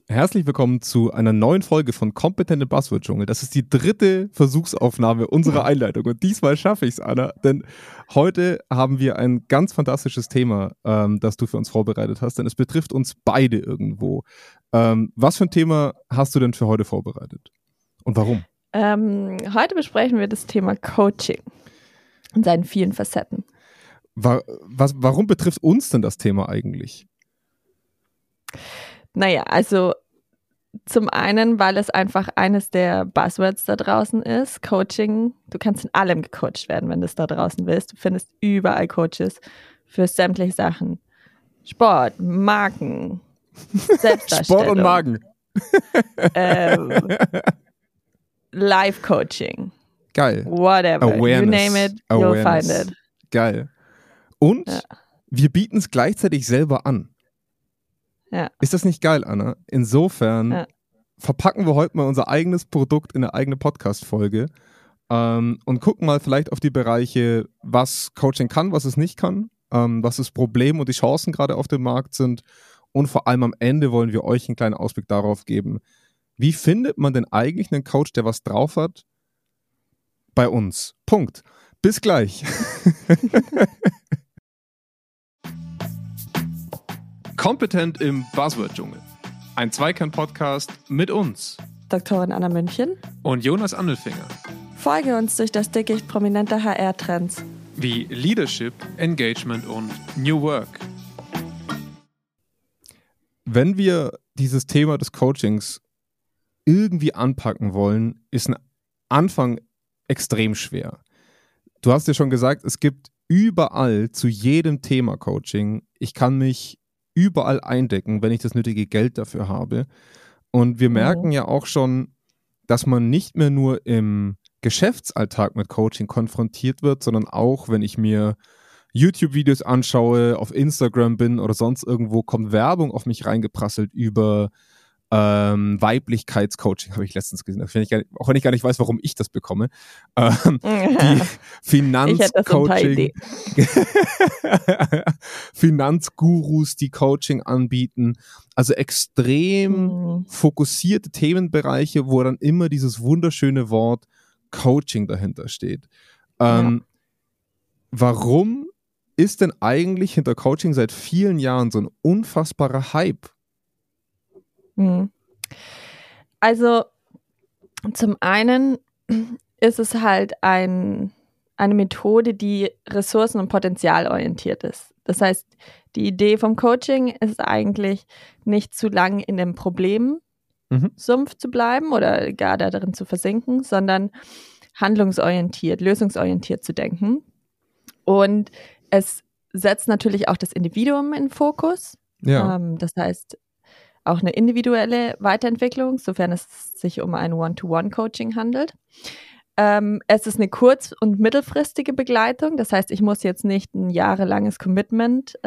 Herzlich willkommen zu einer neuen Folge von Kompetente Buzzword-Dschungel. Das ist die 3. Versuchsaufnahme unserer Einleitung und diesmal schaffe ich es, Anna, denn heute haben wir ein ganz fantastisches Thema, das du für uns vorbereitet hast, denn es betrifft uns beide irgendwo. Was für ein Thema hast du denn für heute vorbereitet und warum? Heute besprechen wir das Thema Coaching in seinen vielen Facetten. Warum betrifft uns denn das Thema eigentlich? Naja, also zum einen, weil es einfach eines der Buzzwords da draußen ist, Coaching. Du kannst in allem gecoacht werden, wenn du es da draußen willst. Du findest überall Coaches für sämtliche Sachen. Sport, Marken, Selbstdarstellung. Sport und Magen. Life-Coaching. Geil. Whatever. Awareness. You name it, you'll find it. Geil. Und wir bieten es gleichzeitig selber an. Ja. Ist das nicht geil, Anna? Insofern verpacken wir heute mal unser eigenes Produkt in eine eigene Podcast-Folge und gucken mal vielleicht auf die Bereiche, was Coaching kann, was es nicht kann, was das Problem und die Chancen gerade auf dem Markt sind und vor allem am Ende wollen wir euch einen kleinen Ausblick darauf geben, wie findet man denn eigentlich einen Coach, der was drauf hat? Bei uns. Punkt. Bis gleich. Kompetent im Buzzword-Dschungel. Ein Zweikern-Podcast mit uns. Doktorin Anna München. Und Jonas Andelfinger. Folge uns durch das Dickicht prominenter HR-Trends. Wie Leadership, Engagement und New Work. Wenn wir dieses Thema des Coachings irgendwie anpacken wollen, ist ein Anfang extrem schwer. Du hast ja schon gesagt, es gibt überall zu jedem Thema Coaching. Ich kann mich überall eindecken, wenn ich das nötige Geld dafür habe. Und wir merken ja auch schon, dass man nicht mehr nur im Geschäftsalltag mit Coaching konfrontiert wird, sondern auch, wenn ich mir YouTube-Videos anschaue, auf Instagram bin oder sonst irgendwo, kommt Werbung auf mich reingeprasselt über Weiblichkeitscoaching, habe ich letztens gesehen. Das ich auch wenn ich gar nicht weiß, warum ich das bekomme. Die Finanzcoaching. Finanzgurus, die Coaching anbieten. Also extrem fokussierte Themenbereiche, wo dann immer dieses wunderschöne Wort Coaching dahinter steht. Warum ist denn eigentlich hinter Coaching seit vielen Jahren so ein unfassbarer Hype? Also zum einen ist es halt eine Methode, die ressourcen- und potenzialorientiert ist. Das heißt, die Idee vom Coaching ist eigentlich nicht zu lang in dem Problemsumpf zu bleiben oder gar darin zu versinken, sondern handlungsorientiert, lösungsorientiert zu denken. Und es setzt natürlich auch das Individuum in den Fokus. Ja. Das heißt, auch eine individuelle Weiterentwicklung, sofern es sich um ein One-to-One-Coaching handelt. Es ist eine kurz- und mittelfristige Begleitung. Das heißt, ich muss jetzt nicht ein jahrelanges Commitment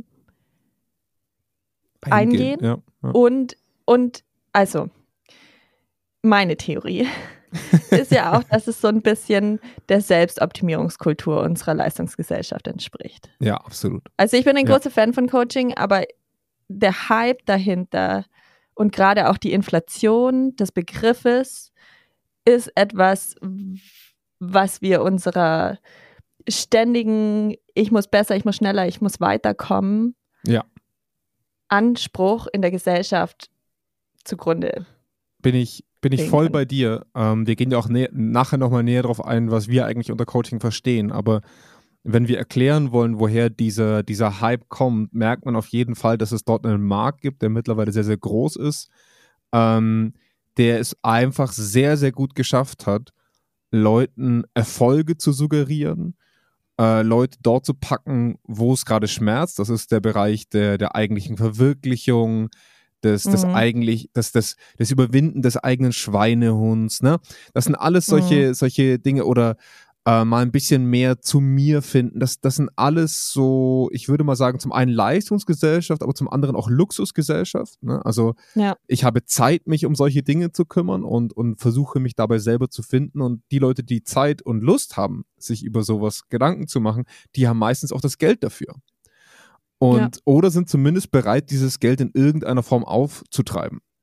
eingehen. Ja. Und also, meine Theorie ist ja auch, dass es so ein bisschen der Selbstoptimierungskultur unserer Leistungsgesellschaft entspricht. Ja, absolut. Also ich bin ein großer Fan von Coaching, aber der Hype dahinter und gerade auch die Inflation des Begriffes ist etwas, was wir unserer ständigen ich muss besser, ich muss schneller, ich muss weiterkommen Anspruch in der Gesellschaft zugrunde. Bin ich voll bei dir. Wir gehen ja auch nachher nochmal näher darauf ein, was wir eigentlich unter Coaching verstehen, aber wenn wir erklären wollen, woher dieser Hype kommt, merkt man auf jeden Fall, dass es dort einen Markt gibt, der mittlerweile sehr, sehr groß ist, der es einfach sehr, sehr gut geschafft hat, Leuten Erfolge zu suggerieren, Leute dort zu packen, wo es gerade schmerzt. Das ist der Bereich der eigentlichen Verwirklichung, des Überwinden des eigenen Schweinehunds. Ne? Das sind alles solche Dinge oder mal ein bisschen mehr zu mir finden. Das sind alles so, ich würde mal sagen, zum einen Leistungsgesellschaft, aber zum anderen auch Luxusgesellschaft. Ne? Also ich habe Zeit, mich um solche Dinge zu kümmern und versuche mich dabei selber zu finden. Und die Leute, die Zeit und Lust haben, sich über sowas Gedanken zu machen, die haben meistens auch das Geld dafür. Oder sind zumindest bereit, dieses Geld in irgendeiner Form aufzutreiben.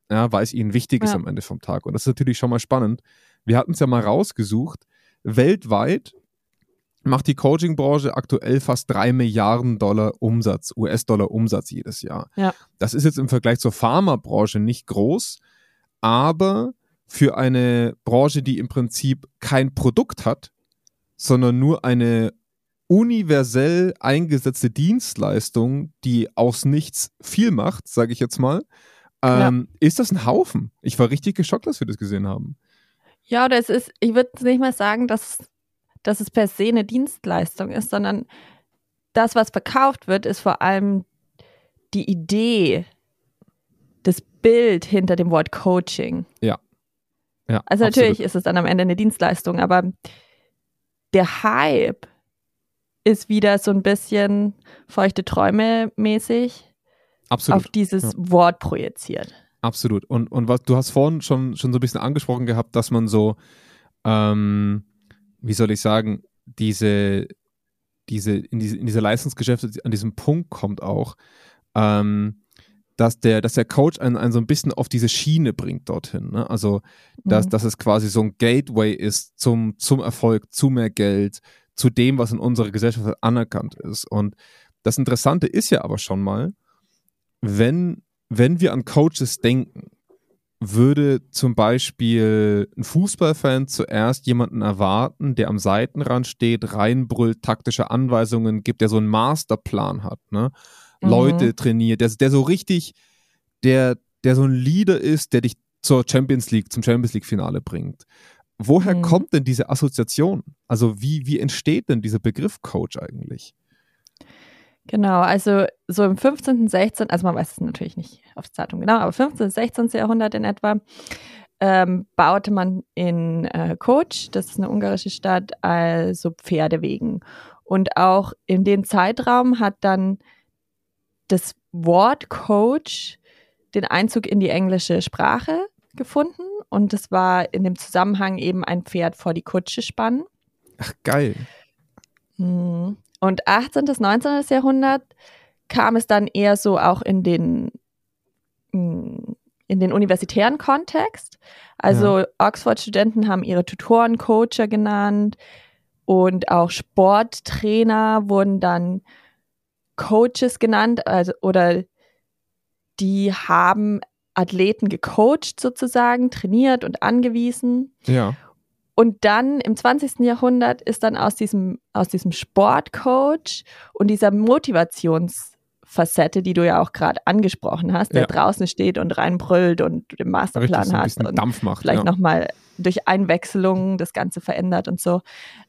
ja, weil es ihnen wichtig ist am Ende vom Tag. Und das ist natürlich schon mal spannend. Wir hatten es ja mal rausgesucht. Weltweit macht die Coaching-Branche aktuell fast 3 Milliarden US-Dollar Umsatz jedes Jahr. Ja. Das ist jetzt im Vergleich zur Pharmabranche nicht groß, aber für eine Branche, die im Prinzip kein Produkt hat, sondern nur eine universell eingesetzte Dienstleistung, die aus nichts viel macht, sage ich jetzt mal, ist das ein Haufen. Ich war richtig geschockt, dass wir das gesehen haben. Ja, ich würde nicht mal sagen, dass es per se eine Dienstleistung ist, sondern das, was verkauft wird, ist vor allem die Idee, das Bild hinter dem Wort Coaching. Ja. Also natürlich ist es dann am Ende eine Dienstleistung, aber der Hype ist wieder so ein bisschen feuchte Träume mäßig auf dieses Wort projiziert. Absolut. Und was du hast vorhin schon so ein bisschen angesprochen gehabt, dass man so, wie soll ich sagen, in diese Leistungsgeschäfte an diesem Punkt kommt auch, dass der Coach einen so ein bisschen auf diese Schiene bringt dorthin. Ne? Also, dass es quasi so ein Gateway ist zum Erfolg, zu mehr Geld, zu dem, was in unserer Gesellschaft anerkannt ist. Und das Interessante ist ja aber schon mal, wenn wir an Coaches denken, würde zum Beispiel ein Fußballfan zuerst jemanden erwarten, der am Seitenrand steht, reinbrüllt, taktische Anweisungen gibt, der so einen Masterplan hat, ne? Leute trainiert, der so richtig, der so ein Leader ist, der dich zum Champions League-Finale bringt. Woher kommt denn diese Assoziation? Also wie entsteht denn dieser Begriff Coach eigentlich? Genau, also so im 15., 16., also man weiß es natürlich nicht auf das Datum genau, aber 15., 16. Jahrhundert in etwa, baute man in Kócs, das ist eine ungarische Stadt, also Pferdewegen. Und auch in dem Zeitraum hat dann das Wort Coach den Einzug in die englische Sprache gefunden und das war in dem Zusammenhang eben ein Pferd vor die Kutsche spannen. Ach, geil. Und 18. bis 19. Jahrhundert kam es dann eher so auch in den universitären Kontext. Also Oxford-Studenten haben ihre Tutoren Coacher genannt und auch Sporttrainer wurden dann Coaches genannt, also oder die haben Athleten gecoacht sozusagen, trainiert und angewiesen. Ja. Und dann im 20. Jahrhundert ist dann aus diesem Sportcoach und dieser Motivationsfacette, die du ja auch gerade angesprochen hast, der draußen steht und reinbrüllt und den Masterplan so ein hat bisschen und Dampf macht, vielleicht nochmal durch Einwechslung das Ganze verändert und so.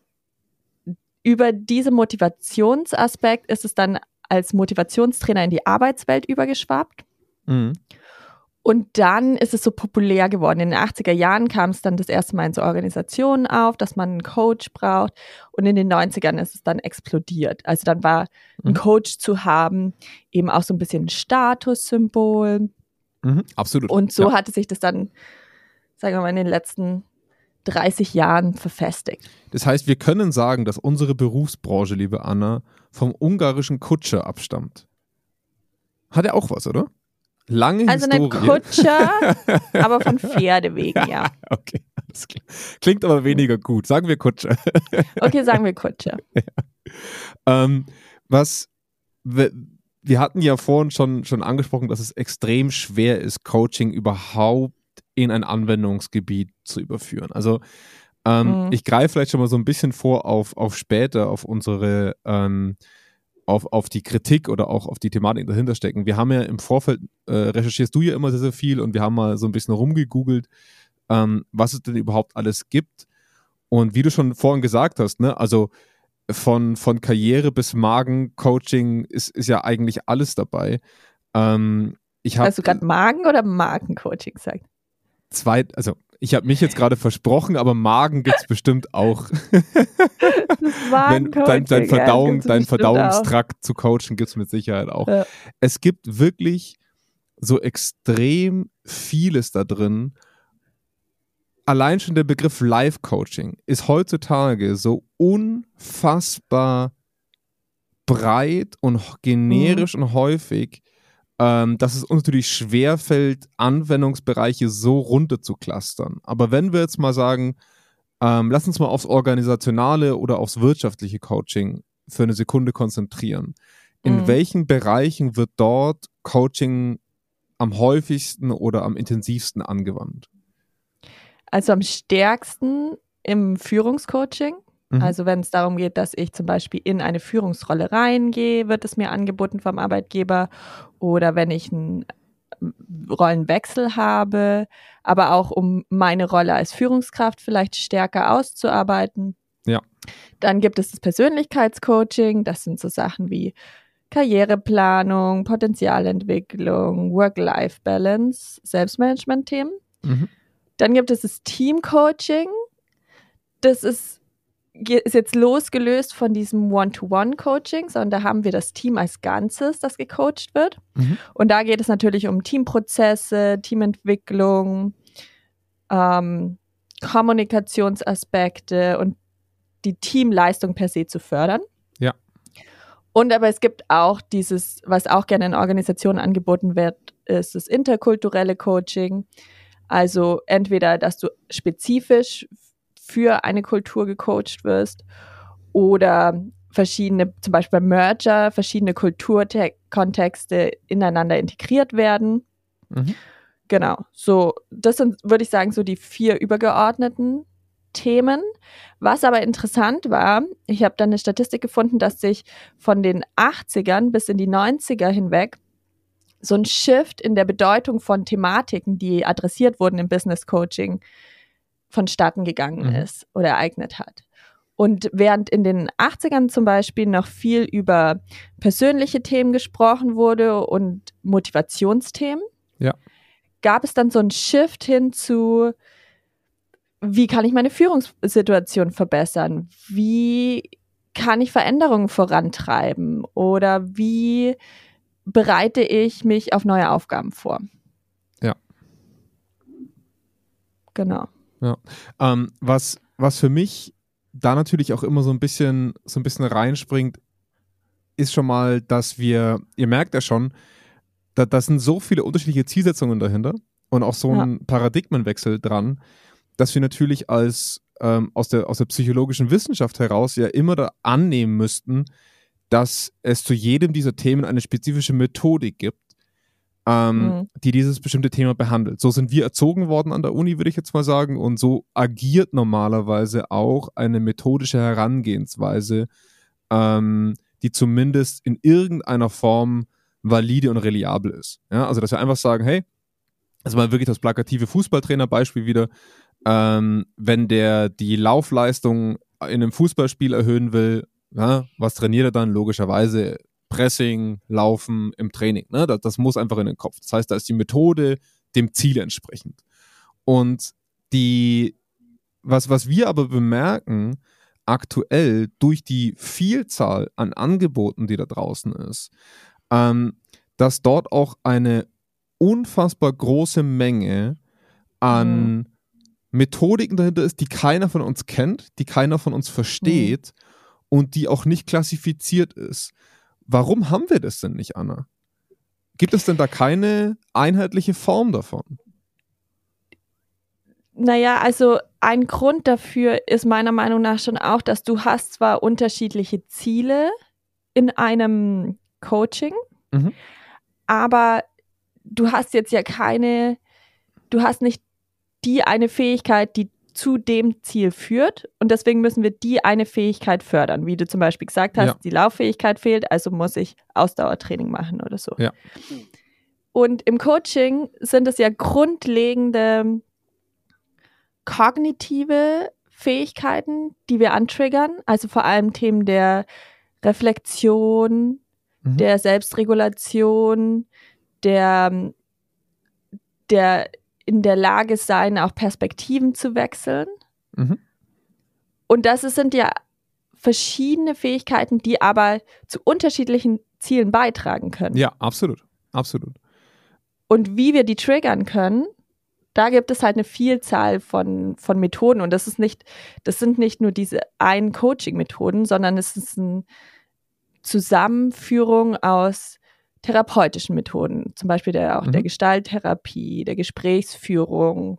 Über diesen Motivationsaspekt ist es dann als Motivationstrainer in die Arbeitswelt übergeschwappt. Mhm. Und dann ist es so populär geworden. In den 80er Jahren kam es dann das erste Mal in so Organisationen auf, dass man einen Coach braucht. Und in den 90ern ist es dann explodiert. Also dann war ein Coach zu haben eben auch so ein bisschen ein Statussymbol. Absolut. Und so hatte sich das dann, sagen wir mal, in den letzten 30 Jahren verfestigt. Das heißt, wir können sagen, dass unsere Berufsbranche, liebe Anna, vom ungarischen Kutscher abstammt. Hat er auch was, oder? Lange Historie. Also ein Kutscher, aber von Pferdewegen, ja. Okay, alles klar. Klingt aber weniger gut. Sagen wir Kutscher. Okay, sagen wir Kutscher. Ja. Wir hatten ja vorhin schon angesprochen, dass es extrem schwer ist, Coaching überhaupt in ein Anwendungsgebiet zu überführen. Also ich greife vielleicht schon mal so ein bisschen vor auf später, auf unsere auf die Kritik oder auch auf die Thematik dahinter stecken. Wir haben ja im Vorfeld, recherchierst du ja immer sehr, sehr viel und wir haben mal so ein bisschen rumgegoogelt, was es denn überhaupt alles gibt. Und wie du schon vorhin gesagt hast, ne, also von Karriere bis Magen-Coaching ist ja eigentlich alles dabei. Hast du gerade Magen- oder Magencoaching gesagt? Ich habe mich jetzt gerade versprochen, aber Magen gibt es bestimmt auch. Dein Verdauungstrakt zu coachen gibt es mit Sicherheit auch. Ja. Es gibt wirklich so extrem vieles da drin. Allein schon der Begriff Life-Coaching ist heutzutage so unfassbar breit und generisch und häufig, dass es uns natürlich schwerfällt, Anwendungsbereiche so runter zu clustern. Aber wenn wir jetzt mal sagen, lass uns mal aufs organisationale oder aufs wirtschaftliche Coaching für eine Sekunde konzentrieren. In welchen Bereichen wird dort Coaching am häufigsten oder am intensivsten angewandt? Also am stärksten im Führungscoaching. Also wenn es darum geht, dass ich zum Beispiel in eine Führungsrolle reingehe, wird es mir angeboten vom Arbeitgeber. Oder wenn ich einen Rollenwechsel habe, aber auch um meine Rolle als Führungskraft vielleicht stärker auszuarbeiten. Ja. Dann gibt es das Persönlichkeitscoaching. Das sind so Sachen wie Karriereplanung, Potenzialentwicklung, Work-Life-Balance, Selbstmanagement-Themen. Dann gibt es das Teamcoaching. Das ist jetzt losgelöst von diesem One-to-One-Coaching, sondern da haben wir das Team als Ganzes, das gecoacht wird. Und da geht es natürlich um Teamprozesse, Teamentwicklung, Kommunikationsaspekte und die Teamleistung per se zu fördern. Ja. Und aber es gibt auch dieses, was auch gerne in Organisationen angeboten wird, ist das interkulturelle Coaching. Also entweder, dass du spezifisch für eine Kultur gecoacht wirst oder verschiedene, zum Beispiel bei Merger, verschiedene Kulturkontexte ineinander integriert werden. Genau, so das sind, würde ich sagen, so die 4 übergeordneten Themen. Was aber interessant war, ich habe dann eine Statistik gefunden, dass sich von den 80ern bis in die 90er hinweg so ein Shift in der Bedeutung von Thematiken, die adressiert wurden im Business Coaching, vonstatten gegangen ist oder ereignet hat. Und während in den 80ern zum Beispiel noch viel über persönliche Themen gesprochen wurde und Motivationsthemen, gab es dann so einen Shift hin zu, wie kann ich meine Führungssituation verbessern? Wie kann ich Veränderungen vorantreiben? Oder wie bereite ich mich auf neue Aufgaben vor? Ja. Genau. Ja. Was für mich da natürlich auch immer so ein bisschen reinspringt, ist schon mal, dass ihr merkt ja schon, da sind so viele unterschiedliche Zielsetzungen dahinter und auch so ein Paradigmenwechsel dran, dass wir natürlich aus der psychologischen Wissenschaft heraus ja immer da annehmen müssten, dass es zu jedem dieser Themen eine spezifische Methodik gibt, die dieses bestimmte Thema behandelt. So sind wir erzogen worden an der Uni, würde ich jetzt mal sagen, und so agiert normalerweise auch eine methodische Herangehensweise, die zumindest in irgendeiner Form valide und reliabel ist. Ja, also dass wir einfach sagen, hey, also mal wirklich das plakative Fußballtrainer-Beispiel wieder, wenn der die Laufleistung in einem Fußballspiel erhöhen will, ja, was trainiert er dann? Logischerweise Pressing, Laufen im Training. Ne? Das muss einfach in den Kopf. Das heißt, da ist die Methode dem Ziel entsprechend. Und was wir aber bemerken, aktuell durch die Vielzahl an Angeboten, die da draußen ist, dass dort auch eine unfassbar große Menge an Methodiken dahinter ist, die keiner von uns kennt, die keiner von uns versteht und die auch nicht klassifiziert ist. Warum haben wir das denn nicht, Anna? Gibt es denn da keine einheitliche Form davon? Naja, also ein Grund dafür ist meiner Meinung nach schon auch, dass du hast zwar unterschiedliche Ziele in einem Coaching, aber du hast jetzt ja du hast nicht die eine Fähigkeit, die zu dem Ziel führt, und deswegen müssen wir die eine Fähigkeit fördern, wie du zum Beispiel gesagt hast, die Lauffähigkeit fehlt, also muss ich Ausdauertraining machen oder so. Ja. Und im Coaching sind es ja grundlegende kognitive Fähigkeiten, die wir antriggern, also vor allem Themen der Reflexion, der Selbstregulation, der in der Lage sein, auch Perspektiven zu wechseln. Und sind ja verschiedene Fähigkeiten, die aber zu unterschiedlichen Zielen beitragen können. Ja, absolut. Absolut. Und wie wir die triggern können, da gibt es halt eine Vielzahl von Methoden. Und das sind nicht nur diese einen Coaching-Methoden, sondern es ist eine Zusammenführung aus therapeutischen Methoden, zum Beispiel der Gestalttherapie, der Gesprächsführung,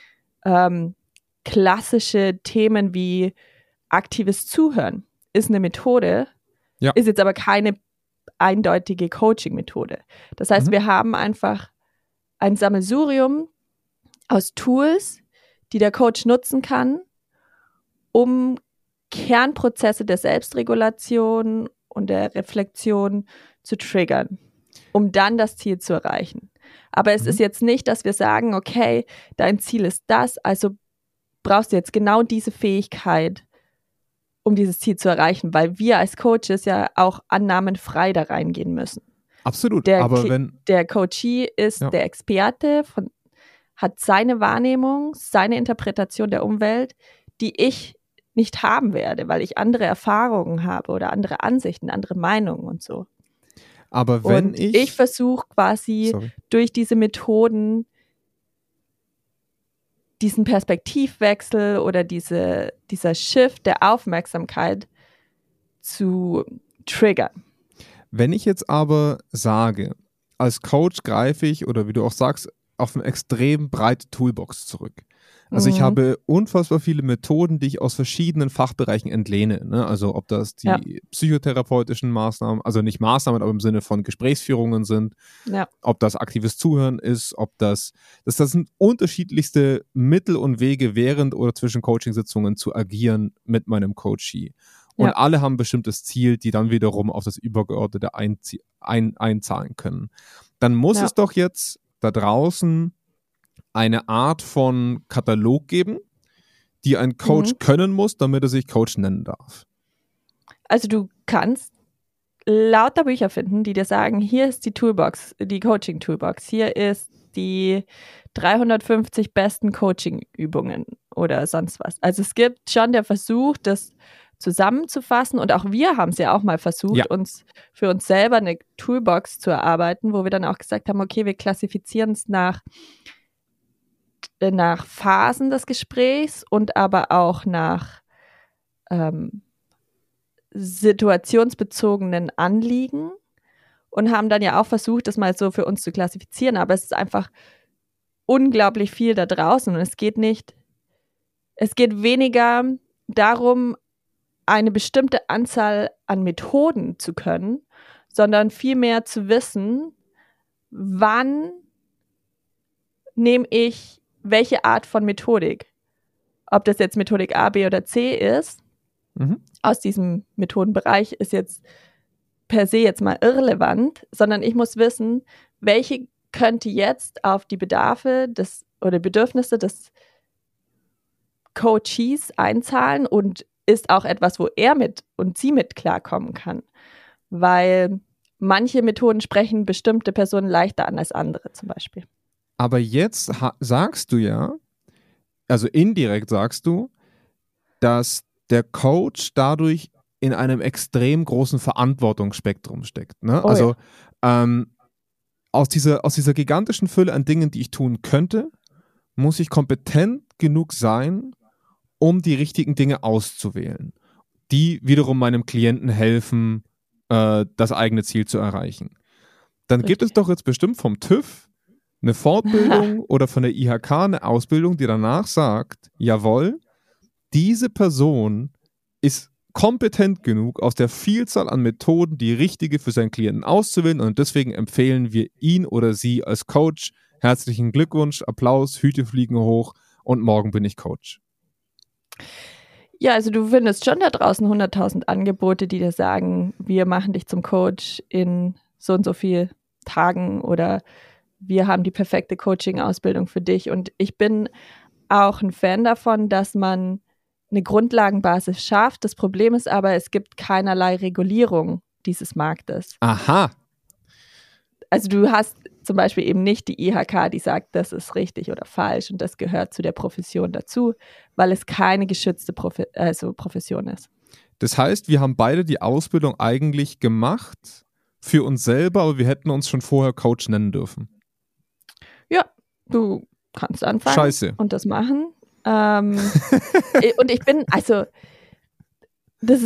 klassische Themen wie aktives Zuhören ist eine Methode, ist jetzt aber keine eindeutige Coaching-Methode. Das heißt, wir haben einfach ein Sammelsurium aus Tools, die der Coach nutzen kann, um Kernprozesse der Selbstregulation und der Reflexion zu triggern, um dann das Ziel zu erreichen. Aber es ist jetzt nicht, dass wir sagen, okay, dein Ziel ist das, also brauchst du jetzt genau diese Fähigkeit, um dieses Ziel zu erreichen, weil wir als Coaches ja auch annahmenfrei da reingehen müssen. Absolut, der Coachee ist der Experte, hat seine Wahrnehmung, seine Interpretation der Umwelt, die ich nicht haben werde, weil ich andere Erfahrungen habe oder andere Ansichten, andere Meinungen und so. Aber wenn ich versuche quasi durch diese Methoden diesen Perspektivwechsel oder dieser Shift der Aufmerksamkeit zu triggern. Wenn ich jetzt aber sage, als Coach greife ich, oder wie du auch sagst, auf eine extrem breite Toolbox zurück. Also ich habe unfassbar viele Methoden, die ich aus verschiedenen Fachbereichen entlehne. Ne? Also ob das die psychotherapeutischen Maßnahmen, also nicht Maßnahmen, aber im Sinne von Gesprächsführungen sind, ob das aktives Zuhören ist, ob das sind unterschiedlichste Mittel und Wege während oder zwischen Coachingsitzungen zu agieren mit meinem Coachee. Und alle haben ein bestimmtes Ziel, die dann wiederum auf das Übergeordnete einzahlen können. Dann muss es doch jetzt da draußen eine Art von Katalog geben, die ein Coach können muss, damit er sich Coach nennen darf. Also du kannst lauter Bücher finden, die dir sagen, hier ist die Toolbox, die Coaching-Toolbox, hier ist die 350 besten Coaching-Übungen oder sonst was. Also es gibt schon der Versuch, das zusammenzufassen, und auch wir haben es ja auch mal versucht, uns für uns selber eine Toolbox zu erarbeiten, wo wir dann auch gesagt haben, okay, wir klassifizieren es nach Phasen des Gesprächs und aber auch nach situationsbezogenen Anliegen und haben dann ja auch versucht, das mal so für uns zu klassifizieren, aber es ist einfach unglaublich viel da draußen und es geht weniger darum, eine bestimmte Anzahl an Methoden zu können, sondern vielmehr zu wissen, wann nehme ich welche Art von Methodik. Ob das jetzt Methodik A, B oder C ist, aus diesem Methodenbereich ist jetzt per se jetzt mal irrelevant, sondern ich muss wissen, welche könnte jetzt auf die Bedarfe oder Bedürfnisse des Coachees einzahlen und ist auch etwas, wo er mit und sie mit klarkommen kann. Weil manche Methoden sprechen bestimmte Personen leichter an als andere zum Beispiel. Aber jetzt sagst du ja, also indirekt sagst du, dass der Coach dadurch in einem extrem großen Verantwortungsspektrum steckt. Ne? Aus dieser gigantischen Fülle an Dingen, die ich tun könnte, muss ich kompetent genug sein, um die richtigen Dinge auszuwählen, die wiederum meinem Klienten helfen, das eigene Ziel zu erreichen. Dann gibt es doch jetzt bestimmt vom TÜV eine Fortbildung oder von der IHK eine Ausbildung, die danach sagt, jawohl, diese Person ist kompetent genug, aus der Vielzahl an Methoden die richtige für seinen Klienten auszuwählen, und deswegen empfehlen wir ihn oder sie als Coach. Herzlichen Glückwunsch, Applaus, Hüte fliegen hoch und morgen bin ich Coach. Ja, also du findest schon da draußen 100.000 Angebote, die dir sagen, wir machen dich zum Coach in so und so viel Tagen oder wir haben die perfekte Coaching-Ausbildung für dich. Und ich bin auch ein Fan davon, dass man eine Grundlagenbasis schafft. Das Problem ist aber, es gibt keinerlei Regulierung dieses Marktes. Aha. Also du hast zum Beispiel eben nicht die IHK, die sagt, das ist richtig oder falsch und das gehört zu der Profession dazu, weil es keine geschützte Profession ist. Das heißt, wir haben beide die Ausbildung eigentlich gemacht für uns selber, aber wir hätten uns schon vorher Coach nennen dürfen. Ja, du kannst anfangen und das machen. Und ich bin, also, das ist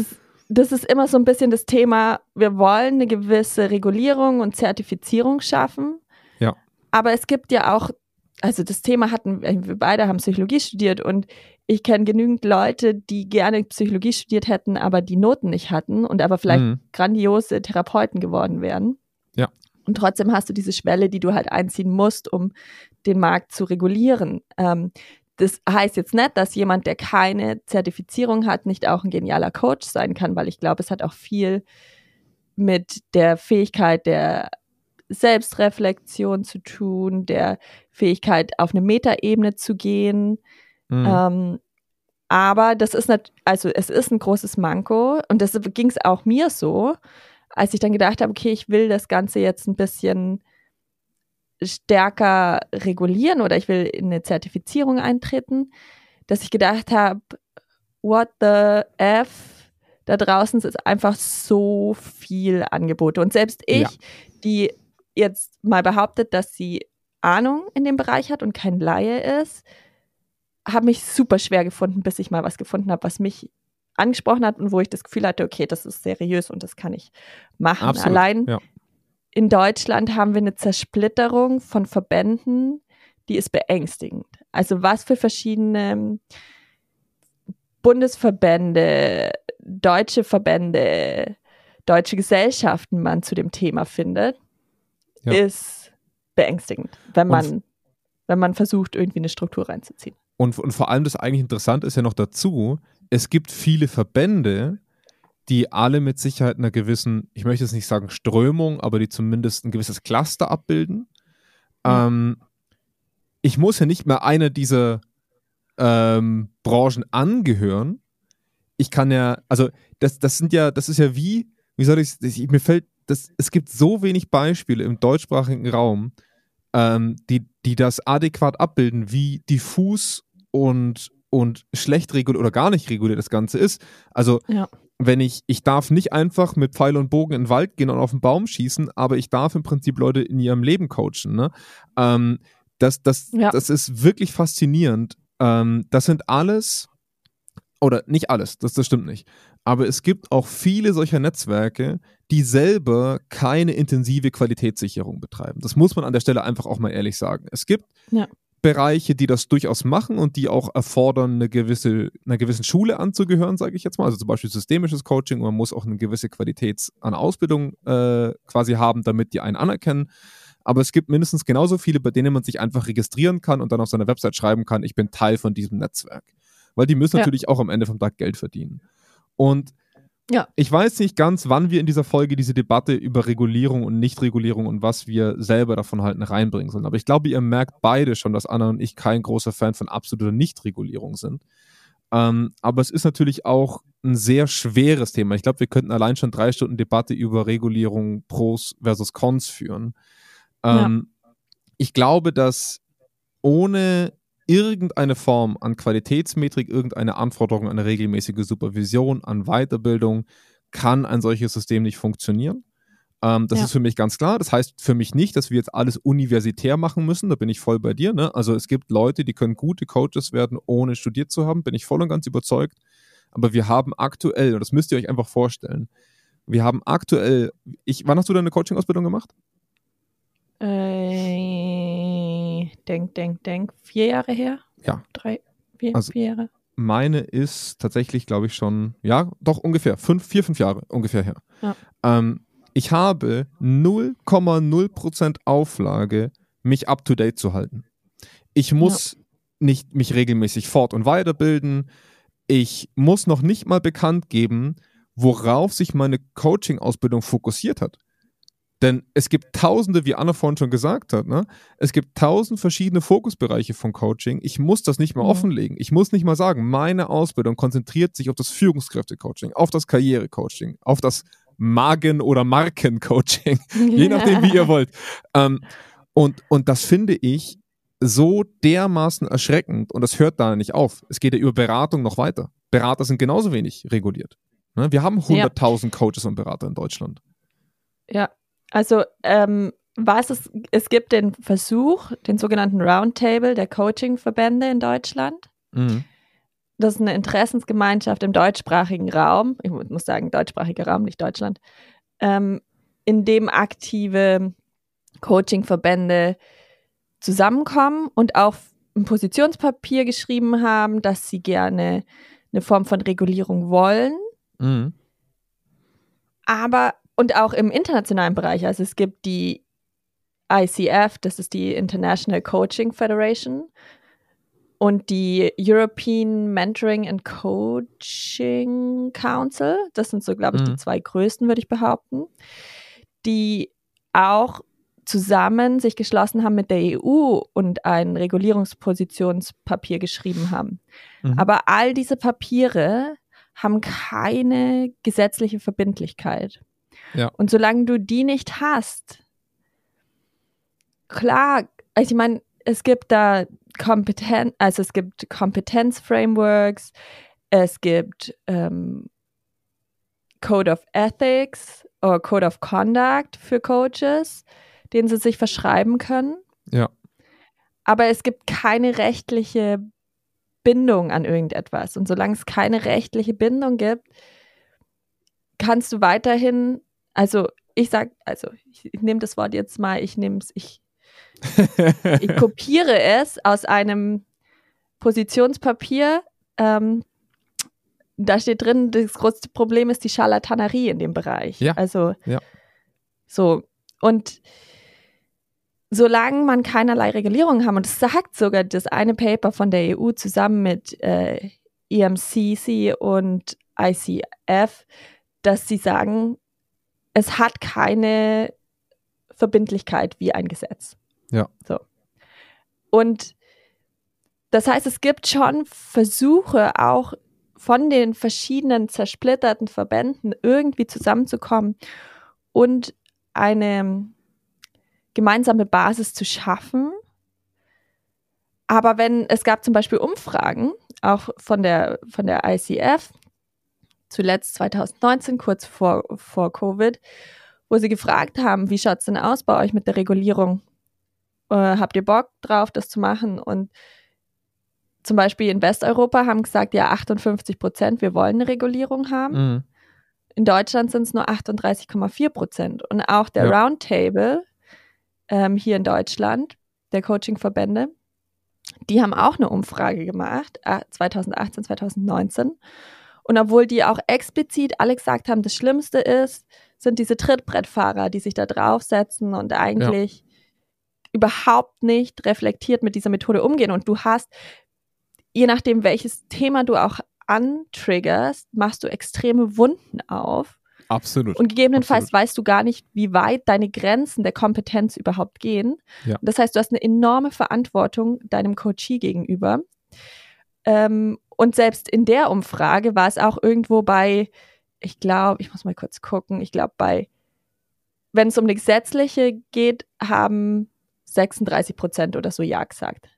das ist immer so ein bisschen das Thema, wir wollen eine gewisse Regulierung und Zertifizierung schaffen. Ja. Aber es gibt ja auch, also das Thema wir beide haben Psychologie studiert und ich kenne genügend Leute, die gerne Psychologie studiert hätten, aber die Noten nicht hatten und aber vielleicht grandiose Therapeuten geworden wären. Ja. Und trotzdem hast du diese Schwelle, die du halt einziehen musst, um den Markt zu regulieren. Das heißt jetzt nicht, dass jemand, der keine Zertifizierung hat, nicht auch ein genialer Coach sein kann, weil ich glaube, es hat auch viel mit der Fähigkeit der Selbstreflexion zu tun, der Fähigkeit, auf eine Metaebene zu gehen. Aber das ist es ist ein großes Manko und das ging es auch mir so, als ich dann gedacht habe, okay, ich will das Ganze jetzt ein bisschen stärker regulieren oder ich will in eine Zertifizierung eintreten, dass ich gedacht habe, what the F, da draußen ist einfach so viel Angebote. Und selbst ich, die jetzt mal behauptet, dass sie Ahnung in dem Bereich hat und kein Laie ist, habe mich super schwer gefunden, bis ich mal was gefunden habe, was mich angesprochen hat und wo ich das Gefühl hatte, okay, das ist seriös und das kann ich machen. Absolut, allein in Deutschland haben wir eine Zersplitterung von Verbänden, die ist beängstigend. Also was für verschiedene Bundesverbände, deutsche Verbände, deutsche Gesellschaften man zu dem Thema findet, ist beängstigend, wenn man versucht, irgendwie eine Struktur reinzuziehen. Und vor allem das eigentlich Interessante ist ja noch dazu, es gibt viele Verbände, die alle mit Sicherheit einer gewissen, ich möchte jetzt nicht sagen Strömung, aber die zumindest ein gewisses Cluster abbilden. Ich muss ja nicht mehr einer dieser Branchen angehören. Ich kann ja, also das ist ja wie soll ich mir fällt, es gibt so wenig Beispiele im deutschsprachigen Raum, die das adäquat abbilden, wie diffus und schlecht reguliert oder gar nicht reguliert das Ganze ist. Also wenn ich darf nicht einfach mit Pfeil und Bogen in den Wald gehen und auf den Baum schießen, aber ich darf im Prinzip Leute in ihrem Leben coachen. Ne? Das ist wirklich faszinierend. Das sind alles, oder nicht alles, das stimmt nicht, aber es gibt auch viele solcher Netzwerke, die selber keine intensive Qualitätssicherung betreiben. Das muss man an der Stelle einfach auch mal ehrlich sagen. Es gibt Bereiche, die das durchaus machen und die auch erfordern, einer gewissen Schule anzugehören, sage ich jetzt mal. Also zum Beispiel systemisches Coaching. Man muss auch eine gewisse Qualität an Ausbildung quasi haben, damit die einen anerkennen. Aber es gibt mindestens genauso viele, bei denen man sich einfach registrieren kann und dann auf seiner Website schreiben kann, ich bin Teil von diesem Netzwerk. Weil die müssen natürlich auch am Ende vom Tag Geld verdienen. Und ich weiß nicht ganz, wann wir in dieser Folge diese Debatte über Regulierung und Nichtregulierung und was wir selber davon halten, reinbringen sollen. Aber ich glaube, ihr merkt beide schon, dass Anna und ich kein großer Fan von absoluter Nichtregulierung sind. Aber es ist natürlich auch ein sehr schweres Thema. Ich glaube, wir könnten allein schon 3 Stunden Debatte über Regulierung Pros versus Cons führen. Ich glaube, dass ohne irgendeine Form an Qualitätsmetrik, irgendeine Anforderung an eine regelmäßige Supervision, an Weiterbildung, kann ein solches System nicht funktionieren. Das ist für mich ganz klar. Das heißt für mich nicht, dass wir jetzt alles universitär machen müssen. Da bin ich voll bei dir. Ne? Also es gibt Leute, die können gute Coaches werden, ohne studiert zu haben. Bin ich voll und ganz überzeugt. Aber wir haben aktuell, und das müsst ihr euch einfach vorstellen, wir haben aktuell, wann hast du deine Coaching-Ausbildung gemacht? Denk. 4 Jahre her? Ja. 4 Jahre. Meine ist tatsächlich, glaube ich, schon, doch ungefähr 5 Jahre ungefähr her. Ja. Ich habe 0,0% Auflage, mich up-to-date zu halten. Ich muss nicht mich regelmäßig fort- und weiterbilden. Ich muss noch nicht mal bekannt geben, worauf sich meine Coaching-Ausbildung fokussiert hat. Denn es gibt tausende, wie Anna vorhin schon gesagt hat, ne? Es gibt 1000 verschiedene Fokusbereiche von Coaching. Ich muss das nicht mehr offenlegen. Ich muss nicht mal sagen, meine Ausbildung konzentriert sich auf das Führungskräfte-Coaching, auf das Karriere-Coaching, auf das Magen- oder Marken-Coaching, je nachdem, wie ihr wollt. Und das finde ich so dermaßen erschreckend und das hört da nicht auf. Es geht ja über Beratung noch weiter. Berater sind genauso wenig reguliert. Ne? Wir haben 100.000 Coaches und Berater in Deutschland. Ja. Also es gibt den Versuch, den sogenannten Roundtable der Coaching-Verbände in Deutschland. das ist eine Interessensgemeinschaft im deutschsprachigen Raum, ich muss sagen deutschsprachiger Raum, nicht Deutschland, in dem aktive Coaching-Verbände zusammenkommen und auch ein Positionspapier geschrieben haben, dass sie gerne eine Form von Regulierung wollen. Mhm. Aber, und auch im internationalen Bereich, also es gibt die ICF, das ist die International Coaching Federation, und die European Mentoring and Coaching Council, das sind so, glaube ich, die zwei größten, würde ich behaupten, die auch zusammen sich geschlossen haben mit der EU und ein Regulierungspositionspapier geschrieben haben. Aber all diese Papiere haben keine gesetzliche Verbindlichkeit. Ja. Und solange du die nicht hast, klar, also ich meine, es gibt da es gibt Kompetenzframeworks, es gibt Code of Ethics oder Code of Conduct für Coaches, denen sie sich verschreiben können. Ja. Aber es gibt keine rechtliche Bindung an irgendetwas. Und solange es keine rechtliche Bindung gibt, kannst du weiterhin, ich nehme das Wort jetzt mal, ich kopiere es aus einem Positionspapier. Da steht drin, das größte Problem ist die Scharlatanerie in dem Bereich. Ja. So. Und solange man keinerlei Regulierung haben, und das sagt sogar das eine Paper von der EU zusammen mit EMCC und ICF, dass sie sagen, es hat keine Verbindlichkeit wie ein Gesetz. Ja. So. Und das heißt, es gibt schon Versuche, auch von den verschiedenen zersplitterten Verbänden irgendwie zusammenzukommen und eine gemeinsame Basis zu schaffen. Aber es gab zum Beispiel Umfragen, auch von der ICF, zuletzt 2019, kurz vor Covid, wo sie gefragt haben, wie schaut es denn aus bei euch mit der Regulierung? Habt ihr Bock drauf, das zu machen? Und zum Beispiel in Westeuropa haben gesagt, ja, 58%, wir wollen eine Regulierung haben. In Deutschland sind es nur 38,4%. Und auch der Roundtable hier in Deutschland, der Coaching-Verbände, die haben auch eine Umfrage gemacht, 2018, 2019. Und obwohl die auch explizit alle gesagt haben, das Schlimmste sind diese Trittbrettfahrer, die sich da draufsetzen und eigentlich überhaupt nicht reflektiert mit dieser Methode umgehen. Und du hast, je nachdem, welches Thema du auch antriggerst, machst du extreme Wunden auf. Absolut. Und gegebenenfalls weißt du gar nicht, wie weit deine Grenzen der Kompetenz überhaupt gehen. Ja. Das heißt, du hast eine enorme Verantwortung deinem Coachee gegenüber. Und selbst in der Umfrage war es auch irgendwo bei, ich glaube, ich muss mal kurz gucken, wenn es um eine gesetzliche geht, haben 36% oder so Ja gesagt.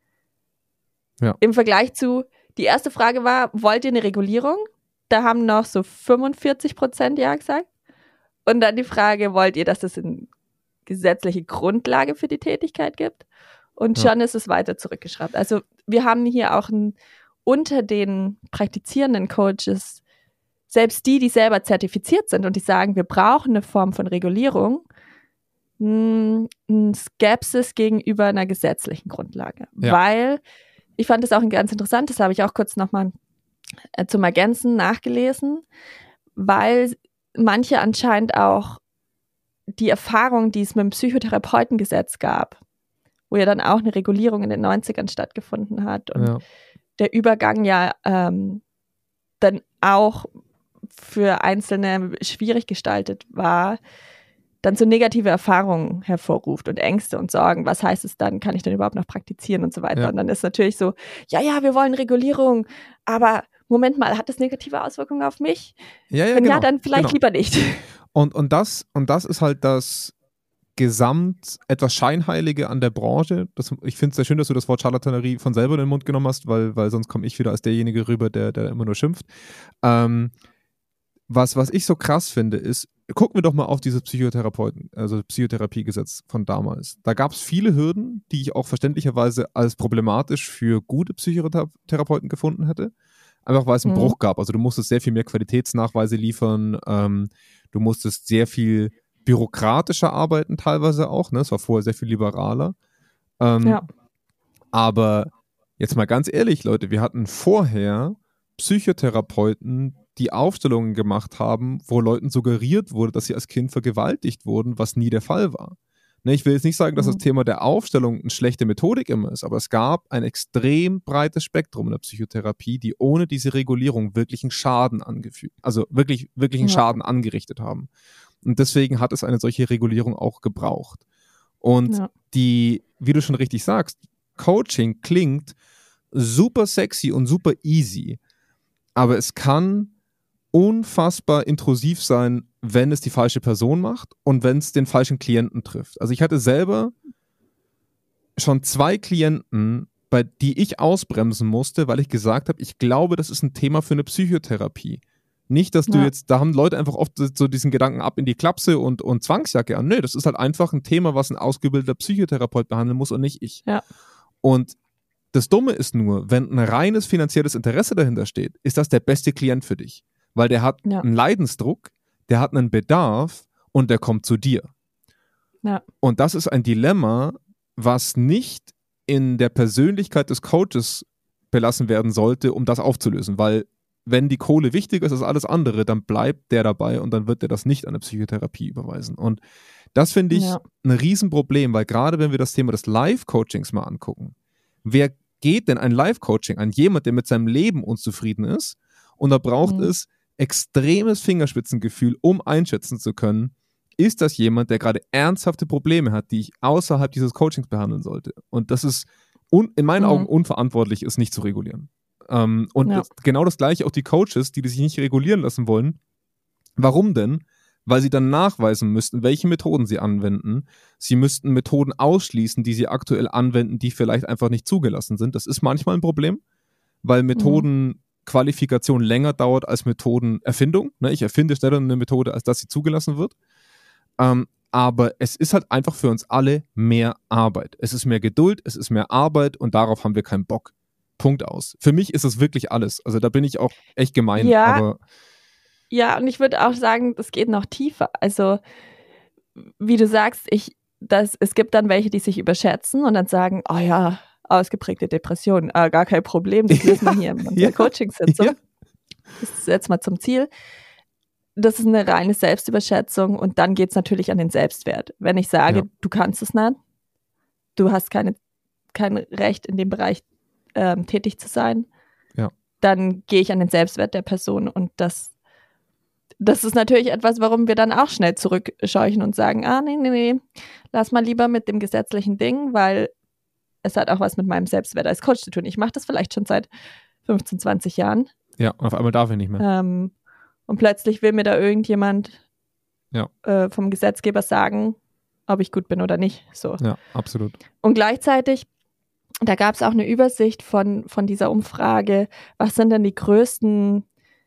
Ja. Im Vergleich zu, die erste Frage war, wollt ihr eine Regulierung? Da haben noch so 45% Ja gesagt. Und dann die Frage, wollt ihr, dass es eine gesetzliche Grundlage für die Tätigkeit gibt? Und schon ist es weiter zurückgeschraubt. Also wir haben hier auch unter den praktizierenden Coaches, selbst die selber zertifiziert sind und die sagen, wir brauchen eine Form von Regulierung, eine Skepsis gegenüber einer gesetzlichen Grundlage. Ja. Weil, ich fand das auch ganz interessant, das habe ich auch kurz nochmal zum Ergänzen nachgelesen, weil manche anscheinend auch die Erfahrung, die es mit dem Psychotherapeutengesetz gab, wo ja dann auch eine Regulierung in den 90ern stattgefunden hat und der Übergang dann auch für Einzelne schwierig gestaltet war, dann so negative Erfahrungen hervorruft und Ängste und Sorgen. Was heißt es dann? Kann ich denn überhaupt noch praktizieren und so weiter? Ja. Und dann ist natürlich so, ja, wir wollen Regulierung, aber Moment mal, hat das negative Auswirkungen auf mich? Wenn genau, ja, dann vielleicht lieber nicht. Und das ist halt das Gesamt etwas Scheinheilige an der Branche. Ich finde es sehr schön, dass du das Wort Charlatanerie von selber in den Mund genommen hast, weil sonst komme ich wieder als derjenige rüber, der immer nur schimpft. Was ich so krass finde, ist, gucken wir doch mal auf dieses Psychotherapiegesetz von damals. Da gab es viele Hürden, die ich auch verständlicherweise als problematisch für gute Psychotherapeuten gefunden hätte. Einfach weil es einen Bruch gab. Also du musstest sehr viel mehr Qualitätsnachweise liefern, du musstest sehr viel bürokratischer arbeiten teilweise auch, ne? Es war vorher sehr viel liberaler. Aber jetzt mal ganz ehrlich, Leute, wir hatten vorher Psychotherapeuten, die Aufstellungen gemacht haben, wo Leuten suggeriert wurde, dass sie als Kind vergewaltigt wurden, was nie der Fall war. Ne, ich will jetzt nicht sagen, dass das Thema der Aufstellung eine schlechte Methodik immer ist, aber es gab ein extrem breites Spektrum in der Psychotherapie, die ohne diese Regulierung wirklichen Schaden angefügt, also wirklichen Schaden angerichtet haben. Und deswegen hat es eine solche Regulierung auch gebraucht. Und wie du schon richtig sagst, Coaching klingt super sexy und super easy, aber es kann unfassbar intrusiv sein, wenn es die falsche Person macht und wenn es den falschen Klienten trifft. Also ich hatte selber schon 2 Klienten, bei die ich ausbremsen musste, weil ich gesagt habe, ich glaube, das ist ein Thema für eine Psychotherapie. Nicht, dass du jetzt, da haben Leute einfach oft so diesen Gedanken ab in die Klapse und Zwangsjacke an. Nö, das ist halt einfach ein Thema, was ein ausgebildeter Psychotherapeut behandeln muss und nicht ich. Ja. Und das Dumme ist nur, wenn ein reines finanzielles Interesse dahinter steht, ist das der beste Klient für dich. Weil der hat einen Leidensdruck, der hat einen Bedarf und der kommt zu dir. Ja. Und das ist ein Dilemma, was nicht in der Persönlichkeit des Coaches belassen werden sollte, um das aufzulösen. Weil wenn die Kohle wichtiger ist als alles andere, dann bleibt der dabei und dann wird der das nicht an eine Psychotherapie überweisen. Und das finde ich ein Riesenproblem, weil gerade wenn wir das Thema des Live-Coachings mal angucken, wer geht denn ein Live-Coaching an? Jemand, der mit seinem Leben unzufrieden ist, und da braucht es extremes Fingerspitzengefühl, um einschätzen zu können, ist das jemand, der gerade ernsthafte Probleme hat, die ich außerhalb dieses Coachings behandeln sollte. Und das ist in meinen Augen unverantwortlich, ist nicht zu regulieren. Genau das Gleiche auch die Coaches, die sich nicht regulieren lassen wollen. Warum denn? Weil sie dann nachweisen müssten, welche Methoden sie anwenden. Sie müssten Methoden ausschließen, die sie aktuell anwenden, die vielleicht einfach nicht zugelassen sind. Das ist manchmal ein Problem, weil Methodenqualifikation länger dauert als Methodenerfindung. Ne, ich erfinde schneller eine Methode, als dass sie zugelassen wird. Aber es ist halt einfach für uns alle mehr Arbeit. Es ist mehr Geduld, es ist mehr Arbeit und darauf haben wir keinen Bock. Punkt aus. Für mich ist das wirklich alles. Also da bin ich auch echt gemein. Aber ja, und ich würde auch sagen, das geht noch tiefer. Also, wie du sagst, es gibt dann welche, die sich überschätzen und dann sagen, oh ja, ausgeprägte Depression, gar kein Problem, das lösen wir hier in der Coaching-Sitzung. Ja. Das ist jetzt mal zum Ziel. Das ist eine reine Selbstüberschätzung und dann geht es natürlich an den Selbstwert. Wenn ich sage, du kannst es nicht, du hast kein Recht in dem Bereich tätig zu sein, dann gehe ich an den Selbstwert der Person und das ist natürlich etwas, warum wir dann auch schnell zurückscheuchen und sagen, nee, lass mal lieber mit dem gesetzlichen Ding, weil es hat auch was mit meinem Selbstwert als Coach zu tun. Ich mache das vielleicht schon seit 15, 20 Jahren. Ja, und auf einmal darf ich nicht mehr. Und plötzlich will mir da irgendjemand vom Gesetzgeber sagen, ob ich gut bin oder nicht. So. Ja, absolut. Und gleichzeitig, da gab es auch eine Übersicht von dieser Umfrage, was sind denn die größten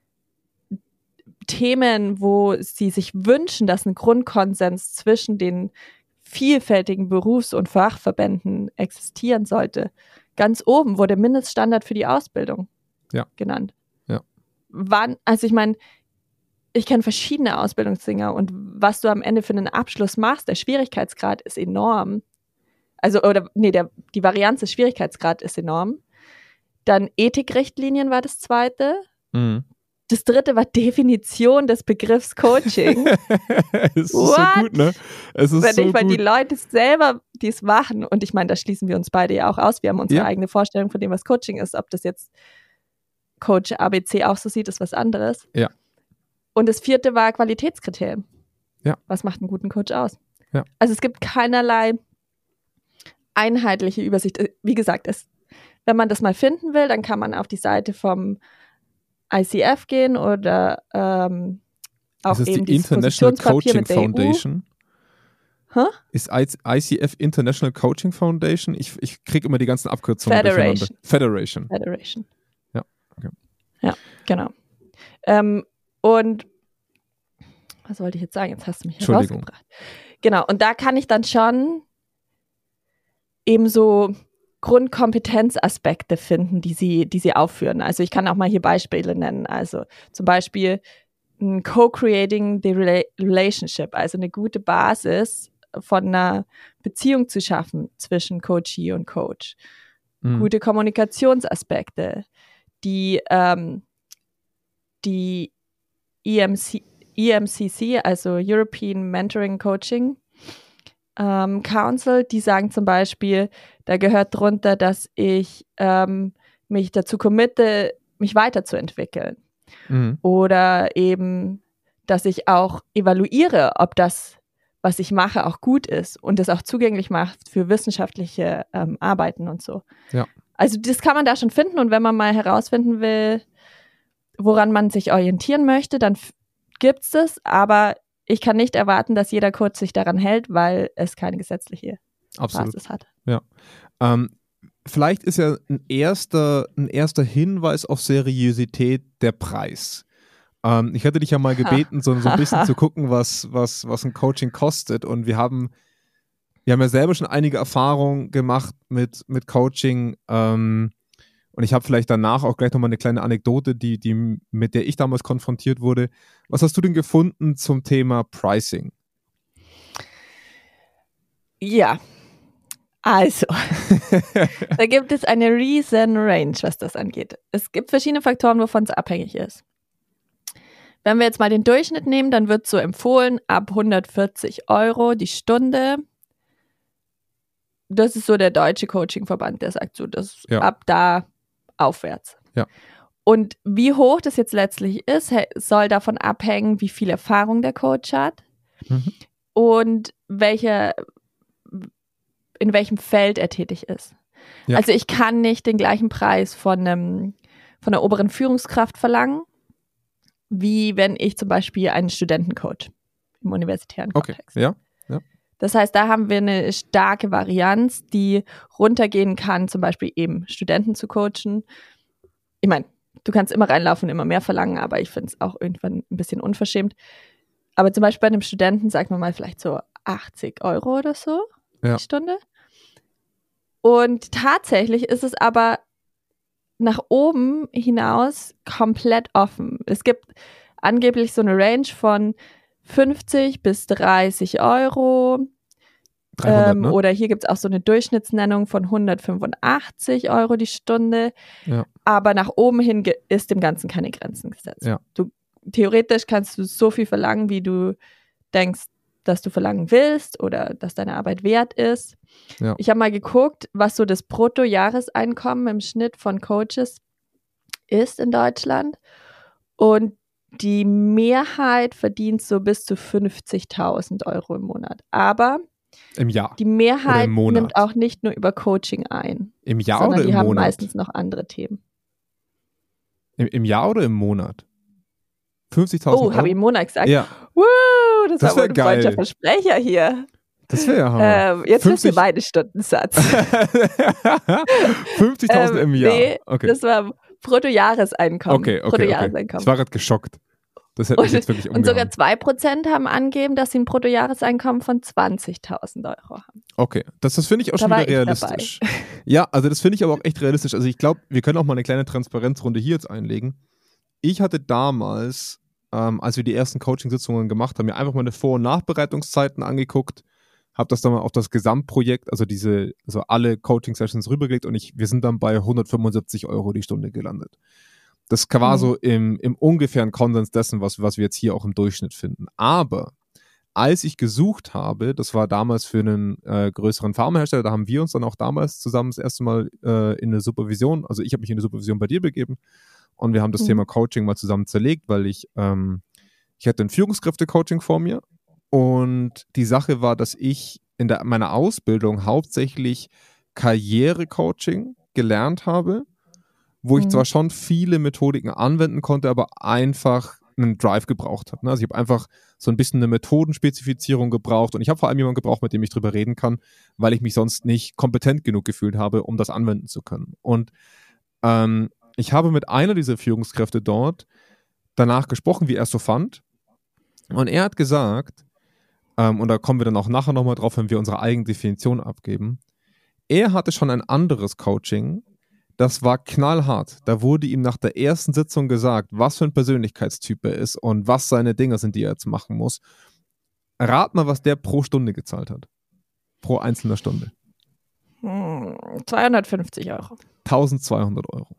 Themen, wo sie sich wünschen, dass ein Grundkonsens zwischen den vielfältigen Berufs- und Fachverbänden existieren sollte. Ganz oben wurde Mindeststandard für die Ausbildung genannt. Ja. Also ich meine, ich kenne verschiedene Ausbildungsdinger und was du am Ende für einen Abschluss machst, der Schwierigkeitsgrad ist enorm. Also, die Varianz des Schwierigkeitsgrads ist enorm. Dann Ethikrichtlinien war das zweite. Das dritte war Definition des Begriffs Coaching. Es ist so gut, ne? Es ist Wenn nicht, weil die Leute selber dies machen, und ich meine, da schließen wir uns beide ja auch aus, wir haben unsere eigene Vorstellung von dem, was Coaching ist. Ob das jetzt Coach ABC auch so sieht, ist was anderes. Ja. Und das vierte war Qualitätskriterien. Ja. Was macht einen guten Coach aus? Ja. Also es gibt keinerlei einheitliche Übersicht. Wie gesagt, wenn man das mal finden will, dann kann man auf die Seite vom ICF gehen oder auch ist eben die International Coaching Foundation. Huh? Ist ICF International Coaching Foundation? Ich kriege immer die ganzen Abkürzungen durcheinander. Federation. Ja, okay. Ja, genau. Und was wollte ich jetzt sagen? Jetzt hast du mich herausgebracht. Genau, und da kann ich dann schon eben so Grundkompetenzaspekte finden, die sie aufführen. Also ich kann auch mal hier Beispiele nennen. Also zum Beispiel Co-creating the relationship, also eine gute Basis von einer Beziehung zu schaffen zwischen Coachee und Coach. Gute Kommunikationsaspekte, die EMCC, also European Mentoring Coaching Council, die sagen zum Beispiel, da gehört drunter, dass ich mich dazu committe, mich weiterzuentwickeln. Oder eben, dass ich auch evaluiere, ob das, was ich mache, auch gut ist und das auch zugänglich macht für wissenschaftliche Arbeiten und so. Ja. Also das kann man da schon finden, und wenn man mal herausfinden will, woran man sich orientieren möchte, dann gibt's das, aber ich kann nicht erwarten, dass jeder Coach sich daran hält, weil es keine gesetzliche Basis hat. Ja. Vielleicht ist ja ein erster Hinweis auf Seriosität der Preis. Ich hatte dich ja mal gebeten, so ein bisschen zu gucken, was ein Coaching kostet, und wir haben ja selber schon einige Erfahrungen gemacht mit Coaching, und ich habe vielleicht danach auch gleich nochmal eine kleine Anekdote, mit der ich damals konfrontiert wurde. Was hast du denn gefunden zum Thema Pricing? Ja, also, da gibt es eine riesen Range, was das angeht. Es gibt verschiedene Faktoren, wovon es abhängig ist. Wenn wir jetzt mal den Durchschnitt nehmen, dann wird so empfohlen, ab 140 € die Stunde. Das ist so der deutsche Coachingverband, der sagt so, das ab da aufwärts. Ja. Und wie hoch das jetzt letztlich ist, soll davon abhängen, wie viel Erfahrung der Coach hat und in welchem Feld er tätig ist. Ja. Also ich kann nicht den gleichen Preis von der oberen Führungskraft verlangen, wie wenn ich zum Beispiel einen Studenten coach im universitären Kontext. Ja. Das heißt, da haben wir eine starke Varianz, die runtergehen kann, zum Beispiel eben Studenten zu coachen. Ich meine, du kannst immer reinlaufen und immer mehr verlangen, aber ich finde es auch irgendwann ein bisschen unverschämt. Aber zum Beispiel bei einem Studenten, sagen wir mal, vielleicht so 80 € oder so die Stunde. Und tatsächlich ist es aber nach oben hinaus komplett offen. Es gibt angeblich so eine Range von 50 bis 30 €. 300, ne? Oder hier gibt es auch so eine Durchschnittsnennung von 185 € die Stunde. Ja. Aber nach oben hin ist dem Ganzen keine Grenzen gesetzt. Ja. Theoretisch kannst du so viel verlangen, wie du denkst, dass du verlangen willst oder dass deine Arbeit wert ist. Ja. Ich habe mal geguckt, was so das Bruttojahreseinkommen im Schnitt von Coaches ist in Deutschland. Und die Mehrheit verdient so bis zu 50.000 € im Monat. Aber im Jahr die Mehrheit nimmt auch nicht nur über Coaching ein. Im Jahr sondern oder im die haben Monat? meistens noch andere Themen. Im Jahr oder im Monat? 50.000 €? Oh, habe ich im Monat gesagt? Ja. Das war wohl ein freudscher Versprecher hier. Das wäre ja Hammer. Jetzt ist mir meine Stundensatz. 50.000 im Jahr. Nee, okay. Das war Bruttojahreseinkommen. Okay. Bruttojahreseinkommen. Ich war gerade geschockt. Das hätte mich jetzt wirklich umgehauen. Und sogar 2% haben angegeben, dass sie ein Bruttojahreseinkommen von 20.000 € haben. Okay, das finde ich auch schon wieder realistisch. Ja, also das finde ich aber auch echt realistisch. Also ich glaube, wir können auch mal eine kleine Transparenzrunde hier jetzt einlegen. Ich hatte damals, als wir die ersten Coaching-Sitzungen gemacht haben, mir einfach mal eine Vor- und Nachbereitungszeiten angeguckt, habe das dann mal auf das Gesamtprojekt, also alle Coaching-Sessions rübergelegt, und wir sind dann bei 175 € die Stunde gelandet. Das war so im ungefähren Konsens dessen, was wir jetzt hier auch im Durchschnitt finden. Aber als ich gesucht habe, das war damals für einen größeren Pharmahersteller, da haben wir uns dann auch damals zusammen das erste Mal in eine Supervision, also ich habe mich in eine Supervision bei dir begeben, und wir haben das Thema Coaching mal zusammen zerlegt, weil ich hatte ein Führungskräfte-Coaching vor mir, und die Sache war, dass ich in meiner Ausbildung hauptsächlich Karriere-Coaching gelernt habe, wo ich zwar schon viele Methodiken anwenden konnte, aber einfach einen Drive gebraucht habe. Also ich habe einfach so ein bisschen eine Methodenspezifizierung gebraucht, und ich habe vor allem jemanden gebraucht, mit dem ich drüber reden kann, weil ich mich sonst nicht kompetent genug gefühlt habe, um das anwenden zu können. Und ich habe mit einer dieser Führungskräfte dort danach gesprochen, wie er es so fand, und er hat gesagt, und da kommen wir dann auch nachher nochmal drauf, wenn wir unsere eigene Definition abgeben, er hatte schon ein anderes Coaching, das war knallhart. Da wurde ihm nach der ersten Sitzung gesagt, was für ein Persönlichkeitstyp er ist und was seine Dinge sind, die er jetzt machen muss. Rat mal, was der pro Stunde gezahlt hat. Pro einzelner Stunde. 250 Euro. 1200 Euro.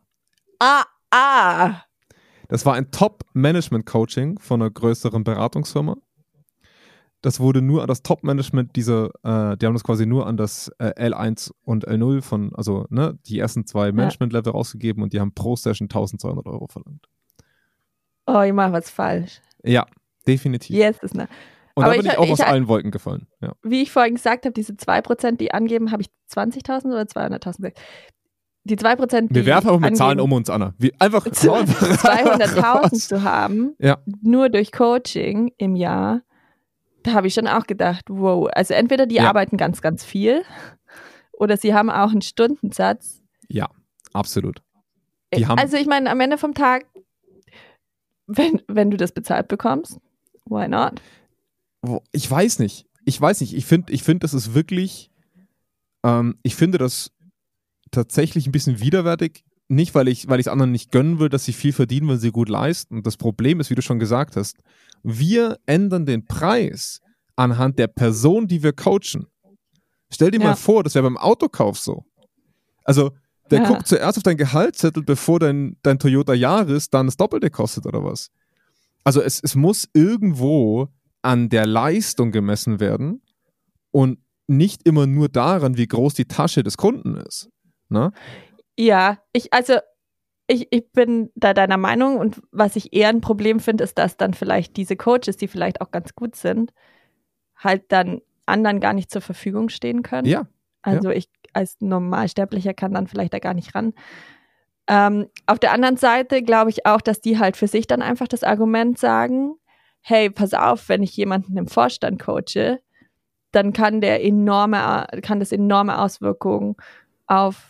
Das war ein Top-Management-Coaching von einer größeren Beratungsfirma. Das wurde nur an das Top-Management die haben das quasi nur an das L1 und L0 die ersten 2 Management-Level rausgegeben und die haben pro Session 1200 Euro verlangt. Oh, ich mache was falsch. Ja, definitiv. Yes, ist ne. Und da bin ich auch aus allen Wolken gefallen. Ja. Wie ich vorhin gesagt habe, diese 2%, die angeben, habe ich 20.000 oder 200.000 gesagt? Die 2%, die wir werfen einfach mit Zahlen um uns, Anna. Einfach 200.000 zu haben, nur durch Coaching im Jahr, da habe ich schon auch gedacht, wow. Also entweder die arbeiten ganz, ganz viel oder sie haben auch einen Stundensatz. Ja, absolut. Also ich meine, am Ende vom Tag, wenn du das bezahlt bekommst, why not? Ich weiß nicht. Ich finde, das ist wirklich, ich finde das tatsächlich ein bisschen widerwärtig. Nicht, weil ich es anderen nicht gönnen will, dass sie viel verdienen, weil sie gut leisten. Das Problem ist, wie du schon gesagt hast, wir ändern den Preis anhand der Person, die wir coachen. Stell dir mal vor, das wäre beim Autokauf so. Also, der guckt zuerst auf deinen Gehaltszettel, bevor dein Toyota Yaris dann das Doppelte kostet oder was. Also, es muss irgendwo an der Leistung gemessen werden und nicht immer nur daran, wie groß die Tasche des Kunden ist. Ne? Ja, ich bin da deiner Meinung und was ich eher ein Problem finde, ist, dass dann vielleicht diese Coaches, die vielleicht auch ganz gut sind, halt dann anderen gar nicht zur Verfügung stehen können. Ja. Also ich als Normalsterblicher kann dann vielleicht da gar nicht ran. Auf der anderen Seite glaube ich auch, dass die halt für sich dann einfach das Argument sagen, hey, pass auf, wenn ich jemanden im Vorstand coache, dann kann das enorme Auswirkungen auf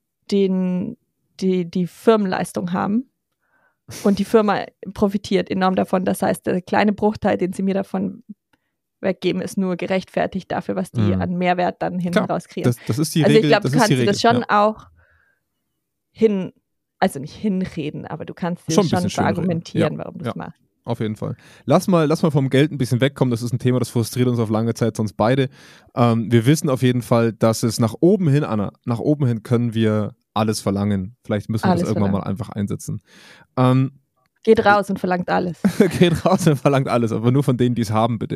die Firmenleistung haben. Und die Firma profitiert enorm davon. Das heißt, der kleine Bruchteil, den sie mir davon weggeben, ist nur gerechtfertigt dafür, was die an Mehrwert dann hinten rauskriegen. Das ist die Regel. Also ich glaube, du kannst das schon auch also nicht hinreden, aber du kannst dir schon verargumentieren, warum du es machst. Auf jeden Fall. Lass mal vom Geld ein bisschen wegkommen. Das ist ein Thema, das frustriert uns auf lange Zeit, sonst beide. Wir wissen auf jeden Fall, dass es nach oben hin, Anna, nach oben hin können wir alles verlangen. Vielleicht müssen wir das irgendwann mal einfach einsetzen. Geht raus und verlangt alles. Geht raus und verlangt alles, aber nur von denen, die es haben, bitte.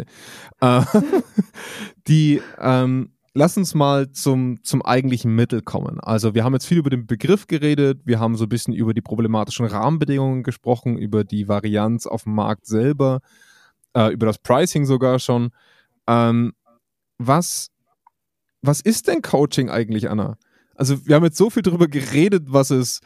Lass uns mal zum eigentlichen Mittel kommen. Also wir haben jetzt viel über den Begriff geredet, wir haben so ein bisschen über die problematischen Rahmenbedingungen gesprochen, über die Varianz auf dem Markt selber, über das Pricing sogar schon. Was ist denn Coaching eigentlich, Anna? Also wir haben jetzt so viel darüber geredet, was es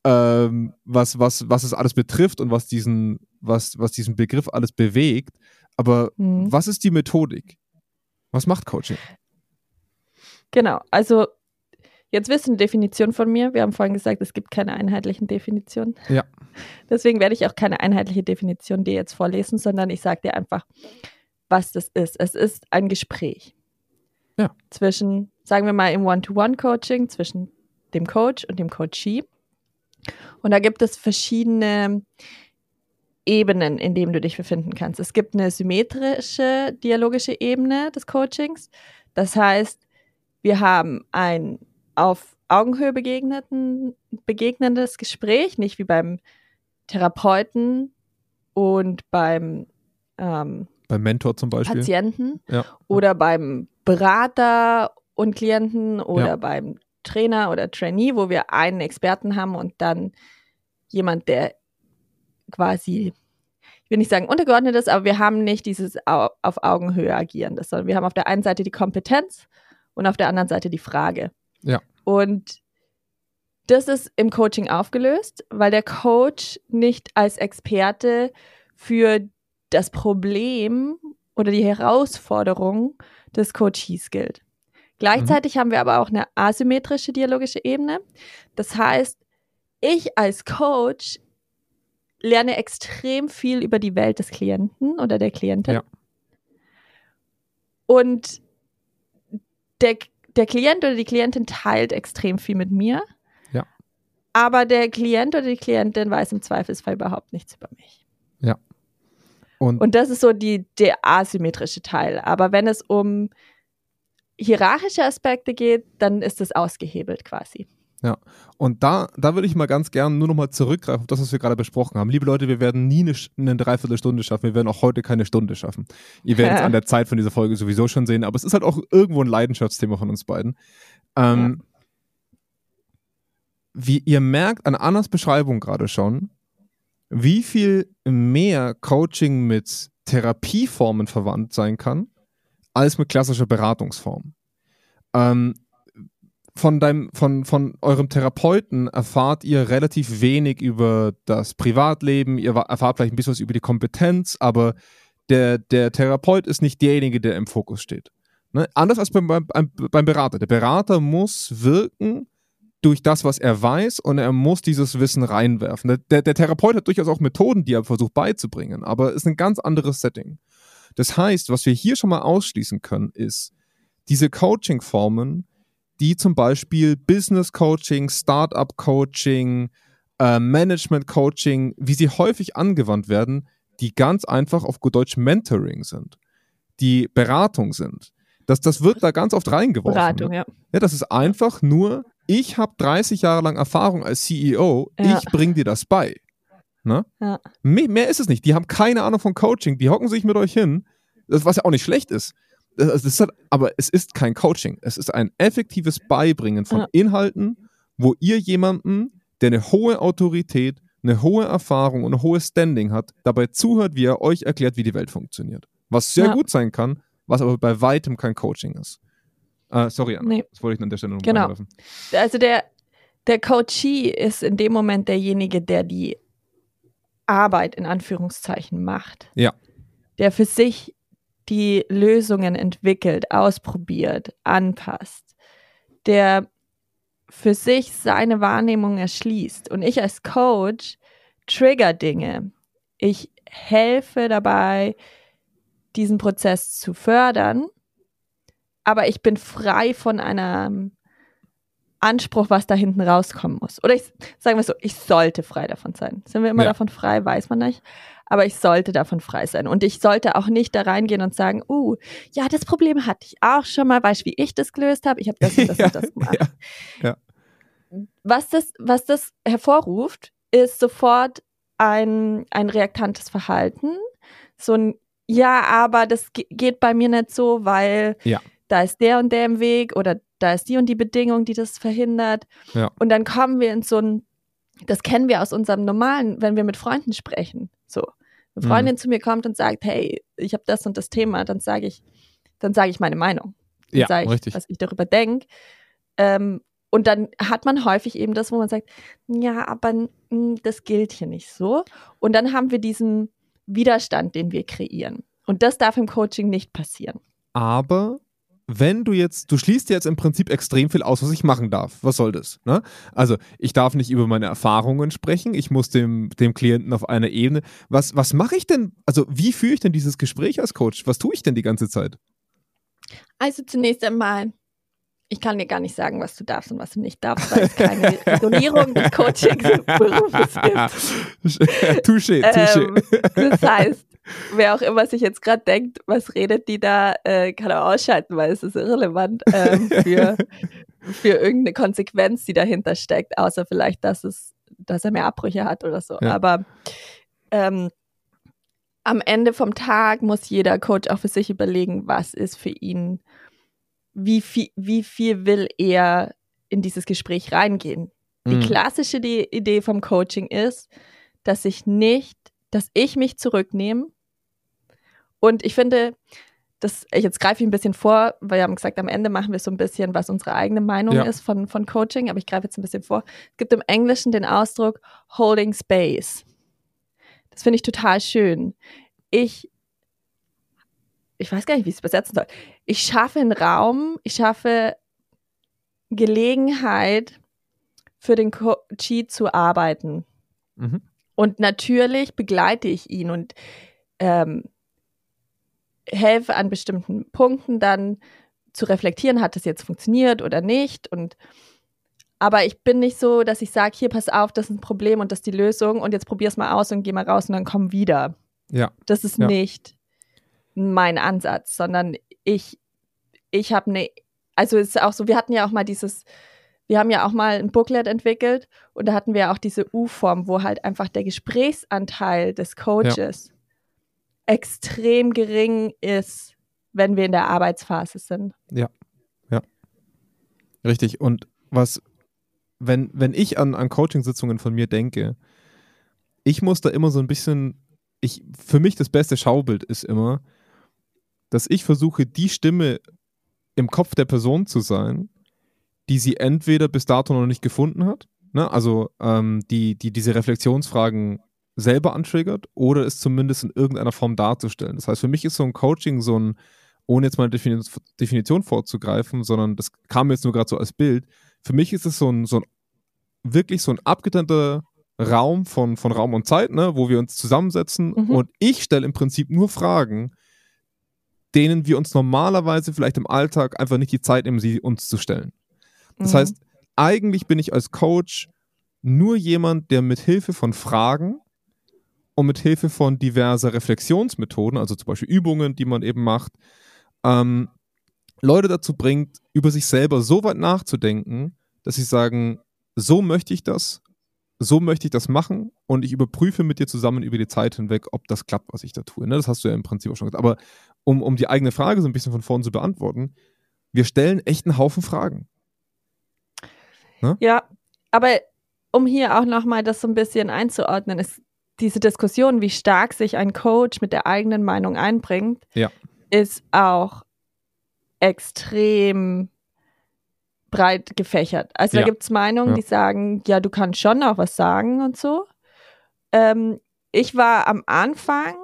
alles betrifft und was diesen Begriff alles bewegt. Aber was ist die Methodik? Was macht Coaching? Genau, also jetzt wisst ihr eine Definition von mir. Wir haben vorhin gesagt, es gibt keine einheitlichen Definitionen. Ja. Deswegen werde ich auch keine einheitliche Definition dir jetzt vorlesen, sondern ich sage dir einfach, was das ist. Es ist ein Gespräch zwischen, sagen wir mal im One-to-One-Coaching, zwischen dem Coach und dem Coachee. Und da gibt es verschiedene Ebenen, in denen du dich befinden kannst. Es gibt eine symmetrische, dialogische Ebene des Coachings. Das heißt, wir haben ein auf Augenhöhe begegnendes Gespräch, nicht wie beim Therapeuten und beim Mentor zum Beispiel. Patienten oder beim Berater und Klienten oder beim Trainer oder Trainee, wo wir einen Experten haben und dann jemand, der quasi, ich will nicht sagen untergeordnet ist, aber wir haben nicht dieses auf Augenhöhe agierendes, sondern wir haben auf der einen Seite die Kompetenz und auf der anderen Seite die Frage. Ja. Und das ist im Coaching aufgelöst, weil der Coach nicht als Experte für das Problem oder die Herausforderung des Coachees gilt. Gleichzeitig haben wir aber auch eine asymmetrische dialogische Ebene. Das heißt, ich als Coach lerne extrem viel über die Welt des Klienten oder der Klientin. Ja. Und der Klient oder die Klientin teilt extrem viel mit mir. Ja. Aber der Klient oder die Klientin weiß im Zweifelsfall überhaupt nichts über mich. Ja. Und das ist so der asymmetrische Teil. Aber wenn es um hierarchische Aspekte geht, dann ist das ausgehebelt quasi. Ja, und da würde ich mal ganz gern nur noch mal zurückgreifen auf das, was wir gerade besprochen haben. Liebe Leute, wir werden nie eine Dreiviertelstunde schaffen, wir werden auch heute keine Stunde schaffen. Ihr werdet es an der Zeit von dieser Folge sowieso schon sehen, aber es ist halt auch irgendwo ein Leidenschaftsthema von uns beiden. Wie ihr merkt an Annas Beschreibung gerade schon, wie viel mehr Coaching mit Therapieformen verwandt sein kann, als mit klassischer Beratungsform. Von eurem Therapeuten erfahrt ihr relativ wenig über das Privatleben, ihr erfahrt vielleicht ein bisschen was über die Kompetenz, aber der Therapeut ist nicht derjenige, der im Fokus steht. Ne? Anders als beim Berater. Der Berater muss wirken durch das, was er weiß, und er muss dieses Wissen reinwerfen. Der Therapeut hat durchaus auch Methoden, die er versucht beizubringen, aber es ist ein ganz anderes Setting. Das heißt, was wir hier schon mal ausschließen können, ist, diese Coaching-Formen, die zum Beispiel Business Coaching, Startup Coaching, Management Coaching, wie sie häufig angewandt werden, die ganz einfach auf gut Deutsch Mentoring sind, die Beratung sind. Das wird da ganz oft reingeworfen. Beratung, ne? ja. Ja, das ist einfach nur, ich habe 30 Jahre lang Erfahrung als CEO, ich bringe dir das bei. Ne? Ja. Mehr ist es nicht. Die haben keine Ahnung von Coaching, die hocken sich mit euch hin, was ja auch nicht schlecht ist. Aber es ist kein Coaching. Es ist ein effektives Beibringen von Inhalten, wo ihr jemanden, der eine hohe Autorität, eine hohe Erfahrung und ein hohes Standing hat, dabei zuhört, wie er euch erklärt, wie die Welt funktioniert. Was sehr gut sein kann, was aber bei weitem kein Coaching ist. Sorry, Anna, das wollte ich an der Stelle noch mal einwerfen. Also der Coachee ist in dem Moment derjenige, der die Arbeit in Anführungszeichen macht. Ja. Der für sich die Lösungen entwickelt, ausprobiert, anpasst, der für sich seine Wahrnehmung erschließt. Und ich als Coach trigger Dinge. Ich helfe dabei, diesen Prozess zu fördern, aber ich bin frei von einem Anspruch, was da hinten rauskommen muss. Oder sagen wir so, ich sollte frei davon sein. Sind wir immer davon frei, weiß man nicht. Aber ich sollte davon frei sein. Und ich sollte auch nicht da reingehen und sagen, ja, das Problem hatte ich auch schon mal, weißt du, wie ich das gelöst habe? Ich habe das und das und das gemacht. Ja. Was das hervorruft, ist sofort ein reaktantes Verhalten. So ein, ja, aber das geht bei mir nicht so, weil da ist der und der im Weg oder da ist die und die Bedingung, die das verhindert. Ja. Und dann kommen wir in so ein, das kennen wir aus unserem normalen, wenn wir mit Freunden sprechen. So, eine Freundin zu mir kommt und sagt, hey, ich habe das und das Thema, dann sage ich meine Meinung. Dann sage ich, richtig, was ich darüber denke. Und dann hat man häufig eben das, wo man sagt, ja, aber das gilt hier nicht so. Und dann haben wir diesen Widerstand, den wir kreieren. Und das darf im Coaching nicht passieren. Aber wenn du schließt jetzt im Prinzip extrem viel aus, was ich machen darf. Was soll das? Ne? Also ich darf nicht über meine Erfahrungen sprechen, ich muss dem Klienten auf einer Ebene. Was mache ich denn, also wie führe ich denn dieses Gespräch als Coach? Was tue ich denn die ganze Zeit? Also zunächst einmal, ich kann dir gar nicht sagen, was du darfst und was du nicht darfst, weil es keine Regulierung des Coaching-Berufes gibt. Touché. Das heißt, wer auch immer sich jetzt gerade denkt, was redet die da, kann er ausschalten, weil es ist irrelevant für irgendeine Konsequenz, die dahinter steckt, außer vielleicht, dass er mehr Abbrüche hat oder so. Ja. Aber am Ende vom Tag muss jeder Coach auch für sich überlegen, was ist für ihn, wie viel will er in dieses Gespräch reingehen. Die klassische Idee vom Coaching ist, dass ich mich zurücknehme. Und ich finde, jetzt greife ich ein bisschen vor, weil wir haben gesagt, am Ende machen wir so ein bisschen, was unsere eigene Meinung ist von Coaching, aber ich greife jetzt ein bisschen vor. Es gibt im Englischen den Ausdruck holding space. Das finde ich total schön. Ich weiß gar nicht, wie ich es übersetzen soll. Ich schaffe einen Raum, ich schaffe Gelegenheit für den Coachee zu arbeiten. Mhm. Und natürlich begleite ich ihn und helfe an bestimmten Punkten dann zu reflektieren, hat das jetzt funktioniert oder nicht. Aber ich bin nicht so, dass ich sage, hier, pass auf, das ist ein Problem und das ist die Lösung und jetzt probier's mal aus und geh mal raus und dann komm wieder. Ja. Das ist nicht mein Ansatz, sondern ich habe also es ist auch so, wir haben ja auch mal ein Booklet entwickelt und da hatten wir auch diese U-Form, wo halt einfach der Gesprächsanteil des Coaches extrem gering ist, wenn wir in der Arbeitsphase sind. Ja. Richtig. Und wenn ich an Coaching-Sitzungen von mir denke, ich muss da immer so ein bisschen, für mich das beste Schaubild ist immer, dass ich versuche, die Stimme im Kopf der Person zu sein, die sie entweder bis dato noch nicht gefunden hat, ne? Also die diese Reflexionsfragen selber antriggert oder es zumindest in irgendeiner Form darzustellen. Das heißt, für mich ist so ein Coaching so ein, ohne jetzt mal eine Definition vorzugreifen, sondern das kam jetzt nur gerade so als Bild, für mich ist es wirklich so ein abgetrennter Raum von Raum und Zeit, ne, wo wir uns zusammensetzen und ich stelle im Prinzip nur Fragen, denen wir uns normalerweise vielleicht im Alltag einfach nicht die Zeit nehmen, sie uns zu stellen. Das heißt, eigentlich bin ich als Coach nur jemand, der mit Hilfe von Fragen und mit Hilfe von diverser Reflexionsmethoden, also zum Beispiel Übungen, die man eben macht, Leute dazu bringt, über sich selber so weit nachzudenken, dass sie sagen, so möchte ich das machen und ich überprüfe mit dir zusammen über die Zeit hinweg, ob das klappt, was ich da tue. Ne? Das hast du ja im Prinzip auch schon gesagt. Aber um die eigene Frage so ein bisschen von vorn zu beantworten, wir stellen echt einen Haufen Fragen. Ne? Ja, aber um hier auch nochmal das so ein bisschen einzuordnen, ist diese Diskussion, wie stark sich ein Coach mit der eigenen Meinung einbringt, ist auch extrem breit gefächert. Also da gibt es Meinungen, die sagen, ja, du kannst schon auch was sagen und so. Ich war am Anfang